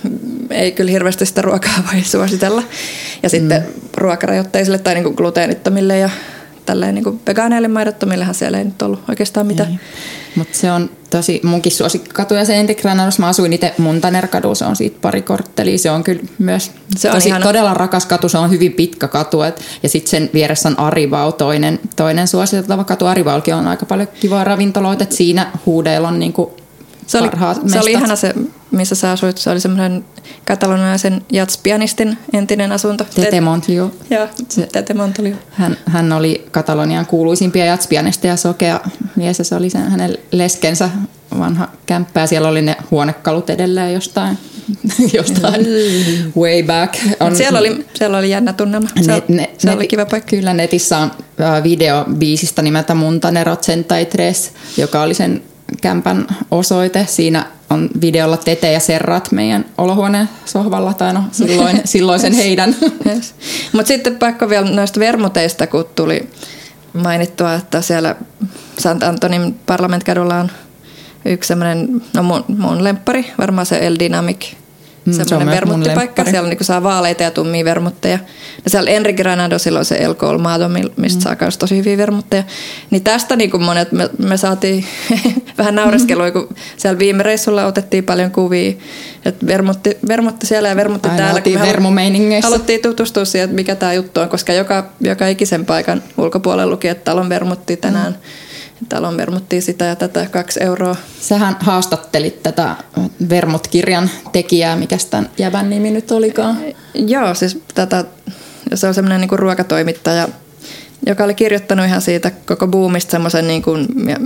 ei kyllä hirveästi sitä ruokaa voi suositella. Ja sitten mm. ruokarajoitteisille tai niin kuin gluteenittomille ja tälleen niin kuin vegaaneille maidottomillehan siellä ei nyt ollut oikeastaan mitään. Mutta se on tosi munkin suosikkikatu ja se Enri Granados. Mä asuin itse Montaner-kadu, se on siitä pari korttelia. Se on kyllä myös se on tosi, todella rakas katu, se on hyvin pitkä katu. Et, ja sitten sen vieressä on Arivau, toinen, toinen suositeltava katu. Arivaullakin on aika paljon kivaa ravintoloita, että siinä huudeilla on niinku se oli, se oli ihana se, missä sä asuit. Se oli semmoinen katalonialaisen jatspianistin entinen asunto. Tete Montliu. Joo, Tete Montliu. Hän, hän oli Katalonian kuuluisimpia jatspianisteja, sokea mies, ja se oli sen, hänen leskensä vanha kämppä. Siellä oli ne huonekalut edelleen jostain, jostain way back. On, siellä, oli, siellä oli jännä tunnelma. Se, ne, ne, se net, oli kiva paikka. Kyllä netissä on video biisistä nimeltä Montanero Centaitres, joka oli sen kämpän osoite. Siinä on videolla Tete ja Serrat meidän olohuoneen sohvalla, tai no silloin, silloisen heidän. Yes. Mutta sitten pakko vielä noista vermuteista, kun tuli mainittua, että siellä Sant Antonin Parlamentkadulla on yksi semmoinen, no mun, mun lemppari, varmaan se El Dynamic, semmoinen mm, vermuttipaikka. Siellä niinku saa vaaleita ja tummia vermutteja. Ja siellä Enri Granadosilla on se El Colmado, mistä mm. saa myös tosi hyviä vermutteja. Niin tästä niinku monet, me, me saatiin vähän naureskelua, mm. kun siellä viime reissulla otettiin paljon kuvia. Että vermutti, vermutti siellä ja vermutti aina täällä. Kun me haluttiin tutustua siihen, että mikä tämä juttu on, koska joka, joka ikisen paikan ulkopuolella luki, että täällä on vermutti tänään. Mm. Täällä on vermuttiin sitä ja tätä kaksi euroa. Sähän haastattelit tätä Vermut-kirjan tekijää, mikä tämän jävän nimi nyt olikaan? Joo, siis tätä, se on semmoinen niin kuin ruokatoimittaja, joka oli kirjoittanut ihan siitä koko boomista semmoisen niin kuin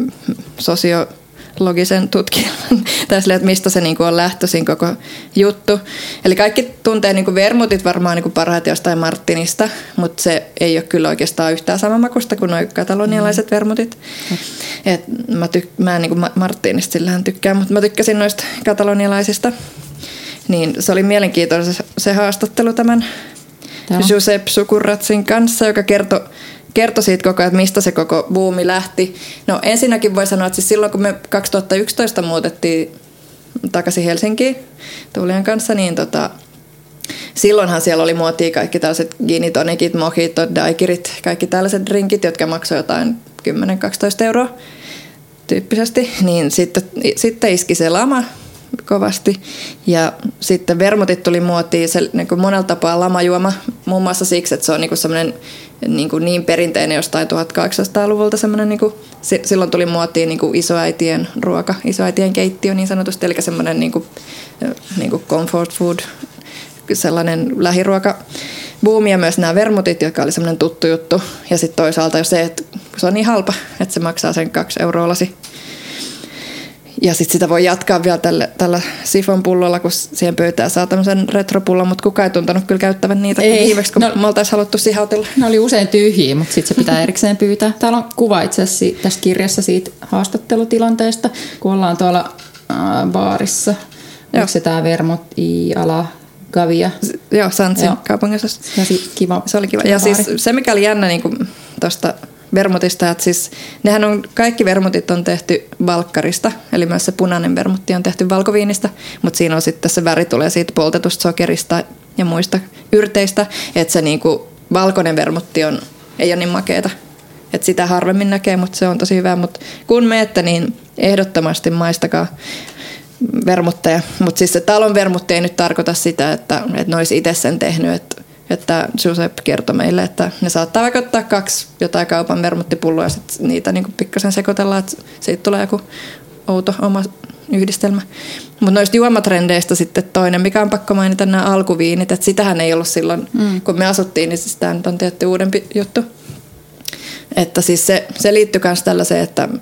sosiologisen tutkielman, tai silleen, että mistä se niin kuin on lähtöisin koko juttu. Eli kaikki tuntee niin kuin vermutit varmaan niin kuin parhaiten jostain Martinista, mutta se ei ole kyllä oikeastaan yhtään samanmakuista kuin nuo katalonialaiset mm. vermutit. Mm. Et mä, tyk- mä en niin kuin Martinista sillähän tykkään, mutta mä tykkäsin noista katalonialaisista. Niin se oli mielenkiintoinen se, se haastattelu tämän Tämä. Josep Sukurratsin kanssa, joka kertoi kertoi siitä koko ajan, että mistä se koko buumi lähti. No ensinnäkin voi sanoa, että siis silloin kun me kaksituhattayksitoista muutettiin takaisin Helsinkiin Tuulian kanssa, niin tota, silloinhan siellä oli muotia kaikki tällaiset gin tonicit, mojitot, daiquirit, kaikki tällaiset drinkit, jotka maksoivat jotain kymmenen kaksitoista euroa tyyppisesti. Niin sitten, sitten iski se lama kovasti. Ja sitten vermutit tuli muotiin se niin kuin monella tapaa lamajuoma, muun muassa siksi, että se on niin semmoinen niin, niin perinteinen jostain tuhatkahdeksansataaluvulta. Niin kuin, silloin tuli muotiin niin kuin isoäitien ruoka, isoäitien keittiö niin sanotusti, eli semmoinen niin kuin, niin kuin comfort food, sellainen lähiruoka. Buumi ja myös nämä vermutit, jotka oli semmoinen tuttu juttu. Ja sitten toisaalta jo se, että se on niin halpa, että se maksaa sen kaksi euroa lasi. Ja sitten sitä voi jatkaa vielä tällä, tällä sifonpullolla, kun siihen pöytään saa tämmöisen retropullon, mutta kukaan ei tuntanut kyllä käyttävän niitä viimeksi, kun no, me oltaisiin haluttu sihautella. Ne oli usein tyhjiä, mutta sitten se pitää erikseen pyytää. Täällä on kuva itse asiassa tässä kirjassa siitä haastattelutilanteesta, kun ollaan tuolla äh, baarissa. Onko se tämä Vermut i ala Gavia? Joo, Santsin kaupungissa. Ja si- kiva. Se oli kiva. Ja baari. Siis se, mikä oli jännä niin tuosta vermutista, että siis nehän on, kaikki vermutit on tehty valkkarista, eli myös se punainen vermutti on tehty valkoviinistä, mutta siinä on sitten se väri tulee siitä poltetusta sokerista ja muista yrteistä, että se niinku valkoinen vermutti on, ei ole niin makeeta, että sitä harvemmin näkee, mutta se on tosi hyvä, mutta kun meette, niin ehdottomasti maistakaa vermutteja, mutta siis se talon vermutti ei nyt tarkoita sitä, että, että ne olisi itse sen tehnyt, että Että Josep kertoi meille, että ne saattaa vaikka ottaa kaksi jotain kaupan vermuttipulloa ja sitten niitä niin pikkasen sekoitellaan, että siitä tulee joku outo oma yhdistelmä. Mutta noista juomatrendeistä sitten toinen, mikä on pakko mainita, nämä alkuviinit. Että sitähän ei ollut silloin, mm. kun me asuttiin, niin siis tämä nyt on tietty uudempi juttu. Että siis se, se liittyy myös tällaiseen, että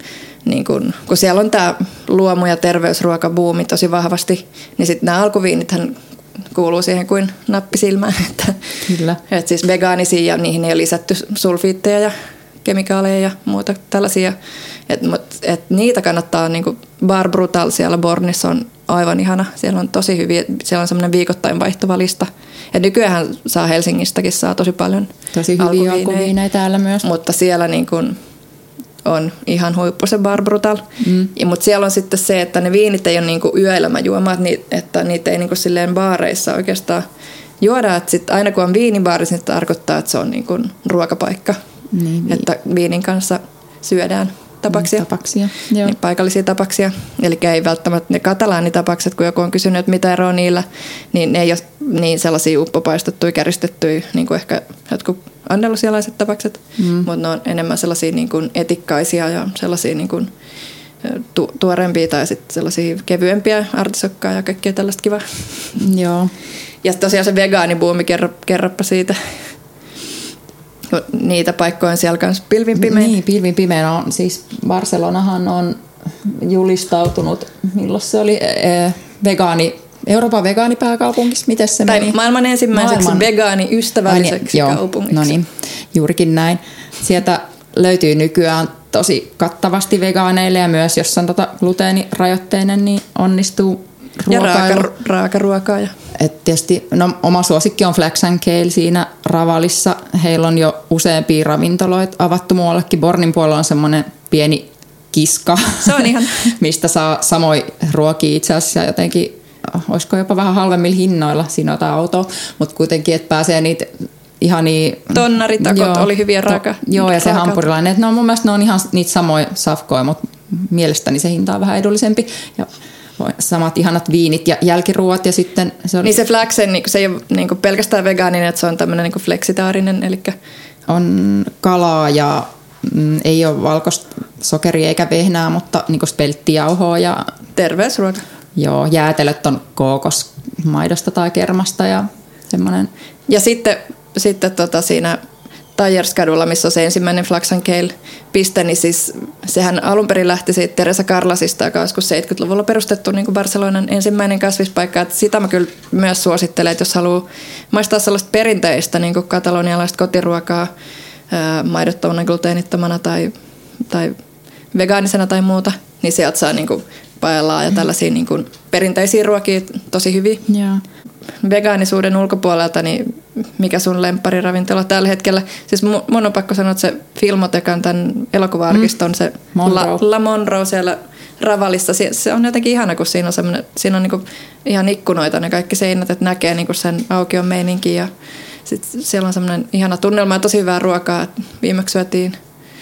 niin kun, kun siellä on tämä luomu- ja terveysruokabuumi tosi vahvasti, niin sitten nämä alkuviinithän kuuluu siihen kuin nappi silmään. Että, Kyllä. Että siis vegaanisia ja niihin ei ole lisätty sulfiitteja ja kemikaaleja ja muuta tällaisia. Et, et niitä kannattaa, niin kuin Bar Brutal siellä Bornissa on aivan ihana. Siellä on tosi hyviä, siellä on semmoinen viikoittain vaihtuva lista. Ja nykyään saa Helsingistäkin saa tosi paljon tosi hyviä alkuviinejä täällä myös. Mutta siellä niin kuin on ihan huippu se Bar Brutal. Mm. Mutta siellä on sitten se, että ne viinit ei ole niin kuin yöelämäjuomat, että niitä ei niin kuin silleen baareissa oikeastaan juoda. Että sit aina kun on viinibaarissa, niin se tarkoittaa, että se on niin kuin ruokapaikka. Niin, että viinin kanssa syödään tapaksia, tapaksia joo. Niin paikallisia tapaksia. Eli ei välttämättä ne katalaanitapakset, kun joku on kysynyt, että mitä eroa niillä, niin ne ei ole niin sellaisia uppopaistettuja, käristettyjä, niin kuin ehkä jotkut andalusialaiset tapakset, mm. mutta ne on enemmän sellaisia niin kuin etikkaisia ja sellaisia niin kuin tu- tuorempia tai sitten sellaisia kevyempiä, artisokkaa ja kaikkea tällaista kivaa. Joo. Ja tosiaan se vegaanibuumi, kerro, kerropa siitä. Niitä paikkoja on siellä kanssa pilvin pimein. Niin, pilvin pimein on. Siis Barcelonahan on julistautunut, milloin se oli vegaani, Euroopan vegaanipääkaupungissa, miten se tai meni? Maailman ensimmäiseksi maailman vegaaniystävälliseksi Ai, kaupungiksi. No niin, juurikin näin. Sieltä löytyy nykyään tosi kattavasti vegaaneille ja myös jos on tota gluteenirajoitteinen, niin onnistuu ruokailu. Ja raaka, raakaruokaa. Ja. Et tietysti, no, oma suosikki on Flax and Kale siinä Ravalissa. Heillä on jo useampia ravintoloita avattu muuallekin. Bornin puolella on semmoinen pieni kiska, se on ihan. mistä saa samoin ruokia itse asiassa jotenkin, olisiko jopa vähän halvemmilla hinnoilla, siinä on jotain autoa, mutta kuitenkin, että pääsee niitä ihania... Tonnaritakot joo, oli hyviä raaka. To, joo, ja se raaka. hampurilainen. Että no, mun mielestä ne on ihan niitä samoja safkoja, mutta mielestäni se hinta on vähän edullisempi. Ja samat ihanat viinit ja jälkiruuat ja sitten... Se oli... Niin se Flaxen, se ei ole niin pelkästään vegaaninen, että se on tämmöinen niin fleksitaarinen, eli... On kalaa ja mm, ei ole valkoista sokeria eikä vehnää, mutta niin spelttijauhoa ja... Terveysruoka. Joo, jäätelöt on kookosmaidosta tai kermasta ja semmoinen... Ja sitten, sitten tota siinä Tajerskadulla, missä on se ensimmäinen Flax and Kale piste, niin siis sehän alun perin lähti siitä Teresa Carlasista, joka olisi seitsemänkymmentäluvulla perustettu niin kuin Barcelonan ensimmäinen kasvispaikka. Että sitä mä kyllä myös suosittelen, että jos haluaa maistaa sellaista perinteistä niin kuin katalonialaista kotiruokaa ää, maidottomana, gluteenittomana tai, tai vegaanisena tai muuta, niin sieltä saa niin kuin paellaa ja tällaisia niin kuin perinteisiä ruokia tosi hyvin. Yeah. Vegaanisuuden ulkopuolelta, niin mikä sun lemppariravintola tällä hetkellä? Siis mun on pakko sanoa, että se Filmotekan, tämän elokuva-arkiston, mm. se Monroe. La, La Monroe siellä Ravalissa, se, se on jotenkin ihana, kun siinä on, siinä on niinku ihan ikkunoita ne kaikki seinät, että näkee niinku sen aukion meininkin ja sit siellä on semmoinen ihana tunnelma ja tosi hyvää ruokaa. Viimeksi syötiin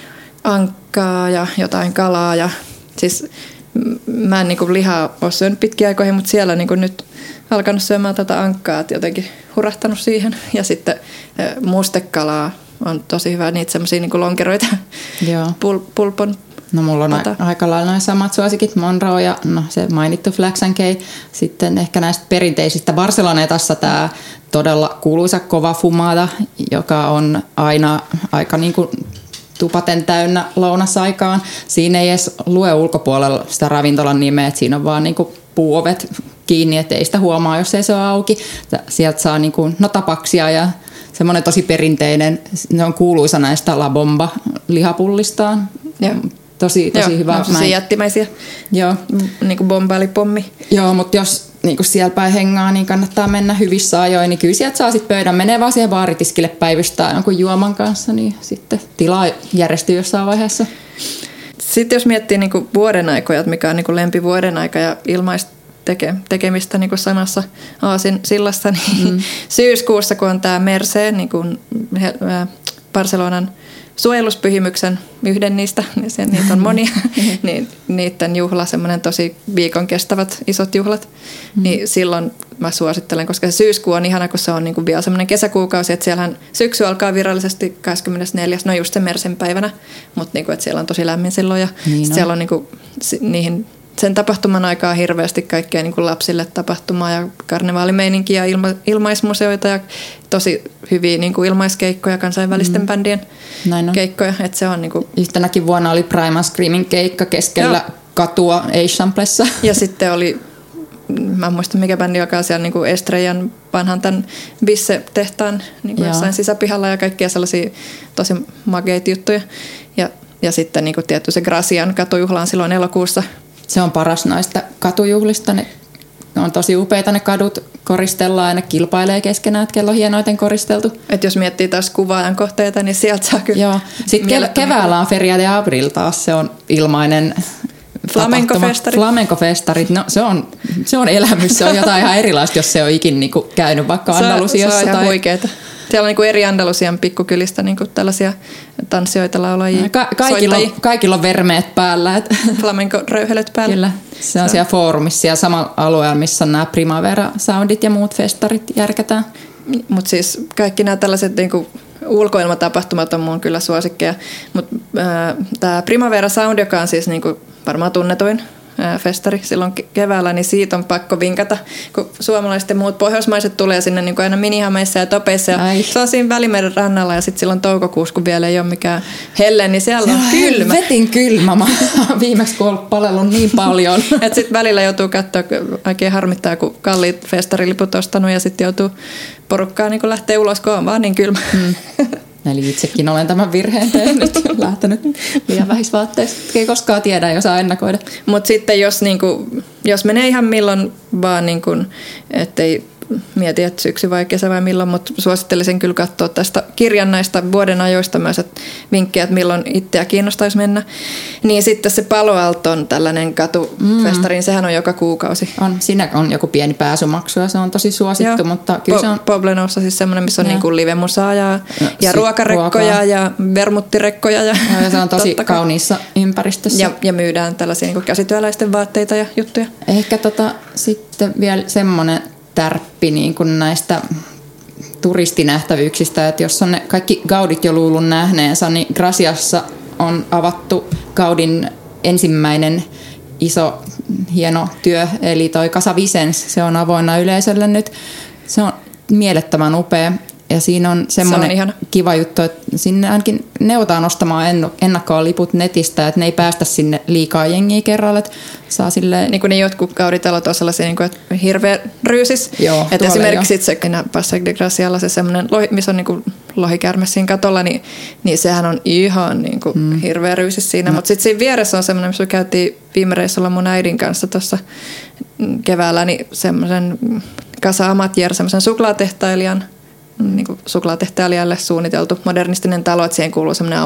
ankkaa ja jotain kalaa ja siis mä en niinku lihaa ole syönyt pitkiä aikoihin, mutta siellä niinku nyt alkanut syömään tätä ankkaa, että jotenkin hurahtanut siihen. Ja sitten mustekalaa on tosi hyvä, niitä semmoisia niin kuin lonkeroita, Pul, pulpon. No mulla on pata. aika lailla noin samat suosikit, Monroe ja no, se mainittu Flax and Kale. Sitten ehkä näistä perinteisistä Barcelonetassa tämä todella kuuluisa kova fumada, joka on aina aika niin kuin tupaten täynnä lounasaikaan. Siinä ei edes lue ulkopuolella sitä ravintolan nimeä, että siinä on vaan niin kuin puuovet kiinni, ettei sitä huomaa, jos ei se ole auki. Sieltä saa niin kuin, no, tapaksia ja semmoinen tosi perinteinen, se on kuuluisa näistä La Bomba lihapullistaan. Joo. Tosi, tosi Joo, hyvä. no, se jättimäisiä. Joo. Niin kuin bombailipommi. Joo, mutta jos niin kuin siellä päin hengaa, niin kannattaa mennä hyvissä ajoin, niin kyllä sieltä saa sitten pöydän. Menee vaan siihen baaritiskille päivystää jonkun juoman kanssa, niin sitten tilaa järjestyy jossain vaiheessa. Sitten jos miettii niin kuin vuoden aikoja, mikä on niin kuin lempivuoden aika ja ilmaista teke, tekemistä niin kuin samassa Aasin sillassa, niin mm. syyskuussa, kun on tämä Mercé, niin kuin Barcelonan suojeluspyhimyksen yhden niistä, niin sen, niitä on monia, niin niiden juhla, semmoinen tosi viikon kestävät isot juhlat, mm. niin silloin mä suosittelen, koska se syyskuu on ihana, kun se on niin kuin vielä semmoinen kesäkuukausi, että siellähän syksy alkaa virallisesti kahdeskymmenesneljäs no just sen Mersen päivänä, mutta niin kuin, että siellä on tosi lämmin silloin ja niin on. Siellä on niin kuin, niihin sen tapahtuman aikaa hirveästi kaikkea niin kuin lapsille tapahtumaa ja karnevaalimeininkiä, ilma, ilmaismuseoita ja tosi hyviä niin kuin ilmaiskeikkoja, kansainvälisten mm. bändien keikkoja. Että se on niin kuin... Yhtenäkin vuonna oli Primal Screamin keikka keskellä Joo. katua Eixamplessa. Ja sitten oli, mä en muista mikä bändi, joka siellä niin kuin Estrejan vanhan tämän Bisse-tehtaan niin kuin jossain sisäpihalla ja kaikkia sellaisia tosi makeita juttuja. Ja, ja sitten niin kuin tietty se Gracian katujuhla on silloin elokuussa. Se on paras näistä katujuhlista. Ne on tosi upeita ne kadut, koristellaan ja ne kilpailee keskenään, että kello on hienoiten koristeltu. Et jos miettii taas kuvaajan kohteita, niin sieltä saa kyllä. Joo. Sitten keväällä on Feria de Abril taas, se on ilmainen Flamenco-festarit. Flamenco-festarit, no se on, se on elämys, se on jotain ihan erilaista, jos se on ikin niinku käynyt vaikka Andalusiassa. Se on ihan huikeeta. Siellä on niinku eri Andalusian pikkukylistä niinku tällaisia tanssijoita, laulajia, Ka- kaikilla, on, kaikilla on vermeet päällä. Et. Flamenco-röyhelöt päällä. Kyllä, se on, se on siellä foorumissa ja samalla alueella, missä on nämä Primavera-soundit ja muut festarit järkätään. Mutta siis kaikki nämä tällaiset niinku ulkoilmatapahtumat on mun kyllä suosikkeja. Mutta äh, tämä Primavera Sound, joka on siis niinku varmaan tunnetuin festari silloin keväällä, niin siitä on pakko vinkata, kun suomalaiset ja muut pohjoismaiset tulee sinne niin kuin aina minihameissa ja topeissa. Ja se on siinä Välimeren rannalla ja sitten silloin toukokuussa, kun vielä ei ole mikään helle, niin siellä on kylmä. Vetin kylmä. Mä viimeksi kun olen palellut niin paljon. Että sitten välillä joutuu katsoa, oikein harmittaa, kun kalliit festariliput ostanut ja sitten joutuu porukkaa niin lähteä ulos, kun on vaan niin kylmä. Hmm. Eli itsekin olen tämän virheen tehnyt ja lähtenyt liian vähisvaatteissa. Ei koskaan tiedä, ei osaa ennakoida. Mutta sitten jos, niinku, jos menee ihan milloin vaan, niinku, ettei mieti, että syksy vai kesä vai milloin, mutta suosittelisin kyllä katsoa tästä kirjan näistä vuoden ajoista myös, että vinkkejä, että milloin itseä kiinnostaisi mennä. Niin sitten se Palo Alton tällainen katufestari, mm. sehän on joka kuukausi. On, siinä on joku pieni pääsymaksu ja se on tosi suosittu, Joo. mutta kyllä po- se on... Poblenossa siis semmoinen, missä on niinku live-musaa ja, no, ja ruokarekkoja ruokaa. Ja vermuttirekkoja. Ja, no, ja se on tosi kauniissa ympäristössä. Ja, ja myydään tällaisia niinku käsityöläisten vaatteita ja juttuja. Ehkä tota, sitten vielä semmoinen tärppi niin kuin näistä turistinähtävyyksistä, että jos on ne kaikki Gaudit jo luullut nähneensä, niin Graciassa on avattu Gaudin ensimmäinen iso hieno työ, eli toi Casa Vicens, se on avoinna yleisölle nyt. Se on mielettömän upea. Ja siinä on semmoinen se on kiva juttu, että sinne ainakin neuvotaan ostamaan ennakkoon liput netistä, että ne ei päästä sinne liikaa jengiä kerralla. Että saa silleen... Niin kuin ne jotkut Gauditalot on sellaisia, niin kuin, että hirveä ryysis. Joo, että esimerkiksi se Passage de Gracialla se semmoinen, missä on niin kuin lohikärme siinä katolla, niin, niin sehän on ihan niin kuin mm. hirveä ryysis siinä. No. Mutta sitten siinä vieressä on semmoinen, missä käytiin viime reissulla mun äidin kanssa tuossa keväällä, niin semmoisen Casa Amatier, semmoisen suklaatehtailijan, niin kuin suklaatehtailijalle suunniteltu modernistinen talo, että siihen kuuluu semmoinen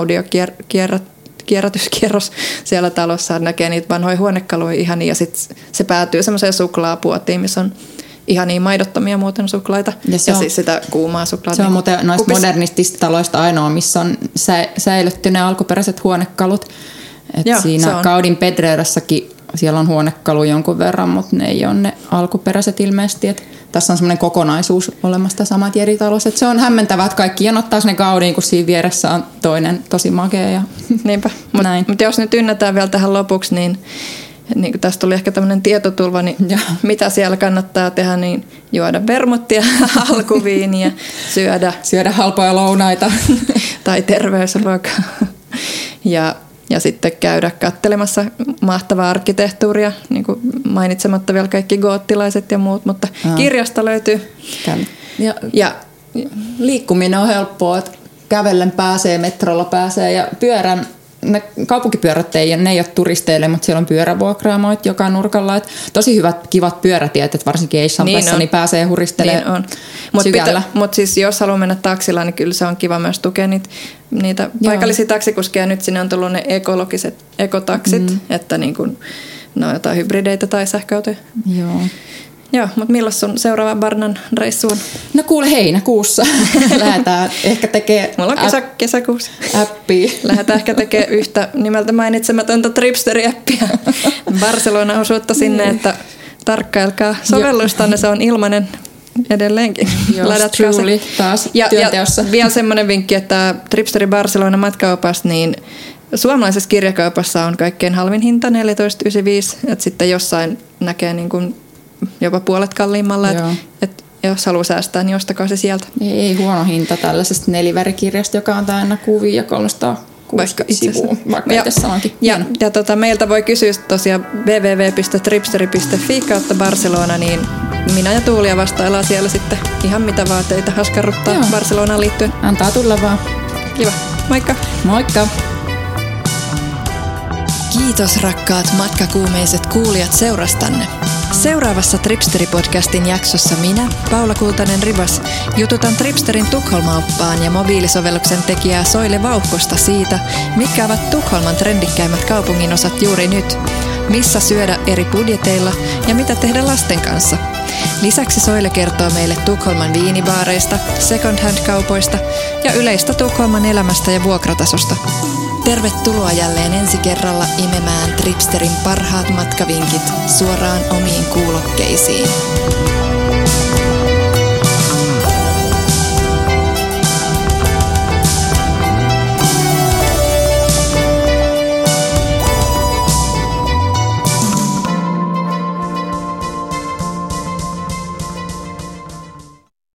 audiokierrätyskierros siellä talossa, näkee niitä vanhoja huonekaluja ihania ja sitten se päätyy semmoiseen suklaapuotiin, missä on ihania maidottomia muuten suklaita ja, ja on, siis sitä kuumaa suklaata. Se on muuten noista modernistisista taloista ainoa, missä on sä, säilytty ne alkuperäiset huonekalut. Et Joo, siinä Gaudin Pedrerassakin siellä on huonekalu jonkun verran, mutta ne ei ole ne alkuperäiset ilmeisesti. Et tässä on semmoinen kokonaisuus olemassa samat eri talossa. Se on hämmentävää, että kaikki jonottaa sinne Gaudiin, kun siinä vieressä on toinen tosi makea. Ja niinpä. Mutta mut jos nyt ynnätään vielä tähän lopuksi, niin, niin kun tästä tuli ehkä tämmöinen tietotulva, niin ja. mitä siellä kannattaa tehdä, niin juoda vermuttia, alkuviiniä, syödä. Syödä halpoja lounaita. tai terveysruokaa. Ja... Ja sitten käydä katselemassa mahtavaa arkkitehtuuria, niin kuin mainitsematta vielä kaikki goottilaiset ja muut, mutta Aa. kirjasta löytyy. Ja, ja liikkuminen on helppoa, että kävellen pääsee, metrolla pääsee ja pyörän, ne kaupunkipyörät ei, ne ei ole turisteille, mutta siellä on pyörävuokraamoit joka nurkalla. Että tosi hyvät, kivat pyörätiet, että varsinkin Eixamplessa niin, niin pääsee huristelemaan niin sykällä. Mutta siis jos haluaa mennä taksilla, niin kyllä se on kiva myös tukea niitä, niitä paikallisia taksikuskeja. Nyt sinne on tullut ne ekologiset ekotaksit, mm. että niin kun, no jotain hybrideitä tai sähköautoja. Joo. Joo, mutta milloin sun seuraava Barnan reissu on? No kuule heinäkuussa. Lähdetään ehkä tekee Mulla on kesä, kesäkuussa. Appia. Lähdetään ehkä tekee yhtä nimeltä mainitsematonta Tripsteri-appia. Barcelona osuutta sinne, että tarkkailkaa sovellustanne, se on ilmainen edelleenkin. Ladatkaa se. Taas ja, ja vielä semmoinen vinkki, että Tripsteri Barcelona matkaopas, niin suomalaisessa kirjakaupassa on kaikkein halvin hinta neljätoista yhdeksänkymmentäviisi, että sitten jossain näkee niin kuin jopa puolet kalliimmalla, että et jos haluaa säästää, niin ostakaa se sieltä. Ei, ei huono hinta tällaisesta nelivärikirjasta, joka on täynnä kuvia ja kolmesataakuusikymmentä sivua, vaikka ja, itse sanonkin. Ja, ja tota, meiltä voi kysyä tosiaan double-u double-u double-u piste tripsteri piste fi kautta Barcelona, niin minä ja Tuulia vastaillaan siellä sitten ihan mitä vaan teitä haskarruttaa Joo. Barcelonaan liittyen. Antaa tulla vaan. Kiva. Moikka. Moikka. Kiitos rakkaat matkakuumeiset kuulijat seurastanne. Seuraavassa Tripsteri-podcastin jaksossa minä, Paula Kultanen-Rivas, jututan Tripsterin Tukholma-oppaan ja mobiilisovelluksen tekijää Soile Vauhkosta siitä, mitkä ovat Tukholman trendikkäimmät kaupunginosat juuri nyt, missä syödä eri budjeteilla ja mitä tehdä lasten kanssa. Lisäksi Soile kertoo meille Tukholman viinibaareista, second hand-kaupoista ja yleistä Tukholman elämästä ja vuokratasosta. Tervetuloa jälleen ensi kerralla imemään Tripsterin parhaat matkavinkit suoraan omiin kuulokkeisiin.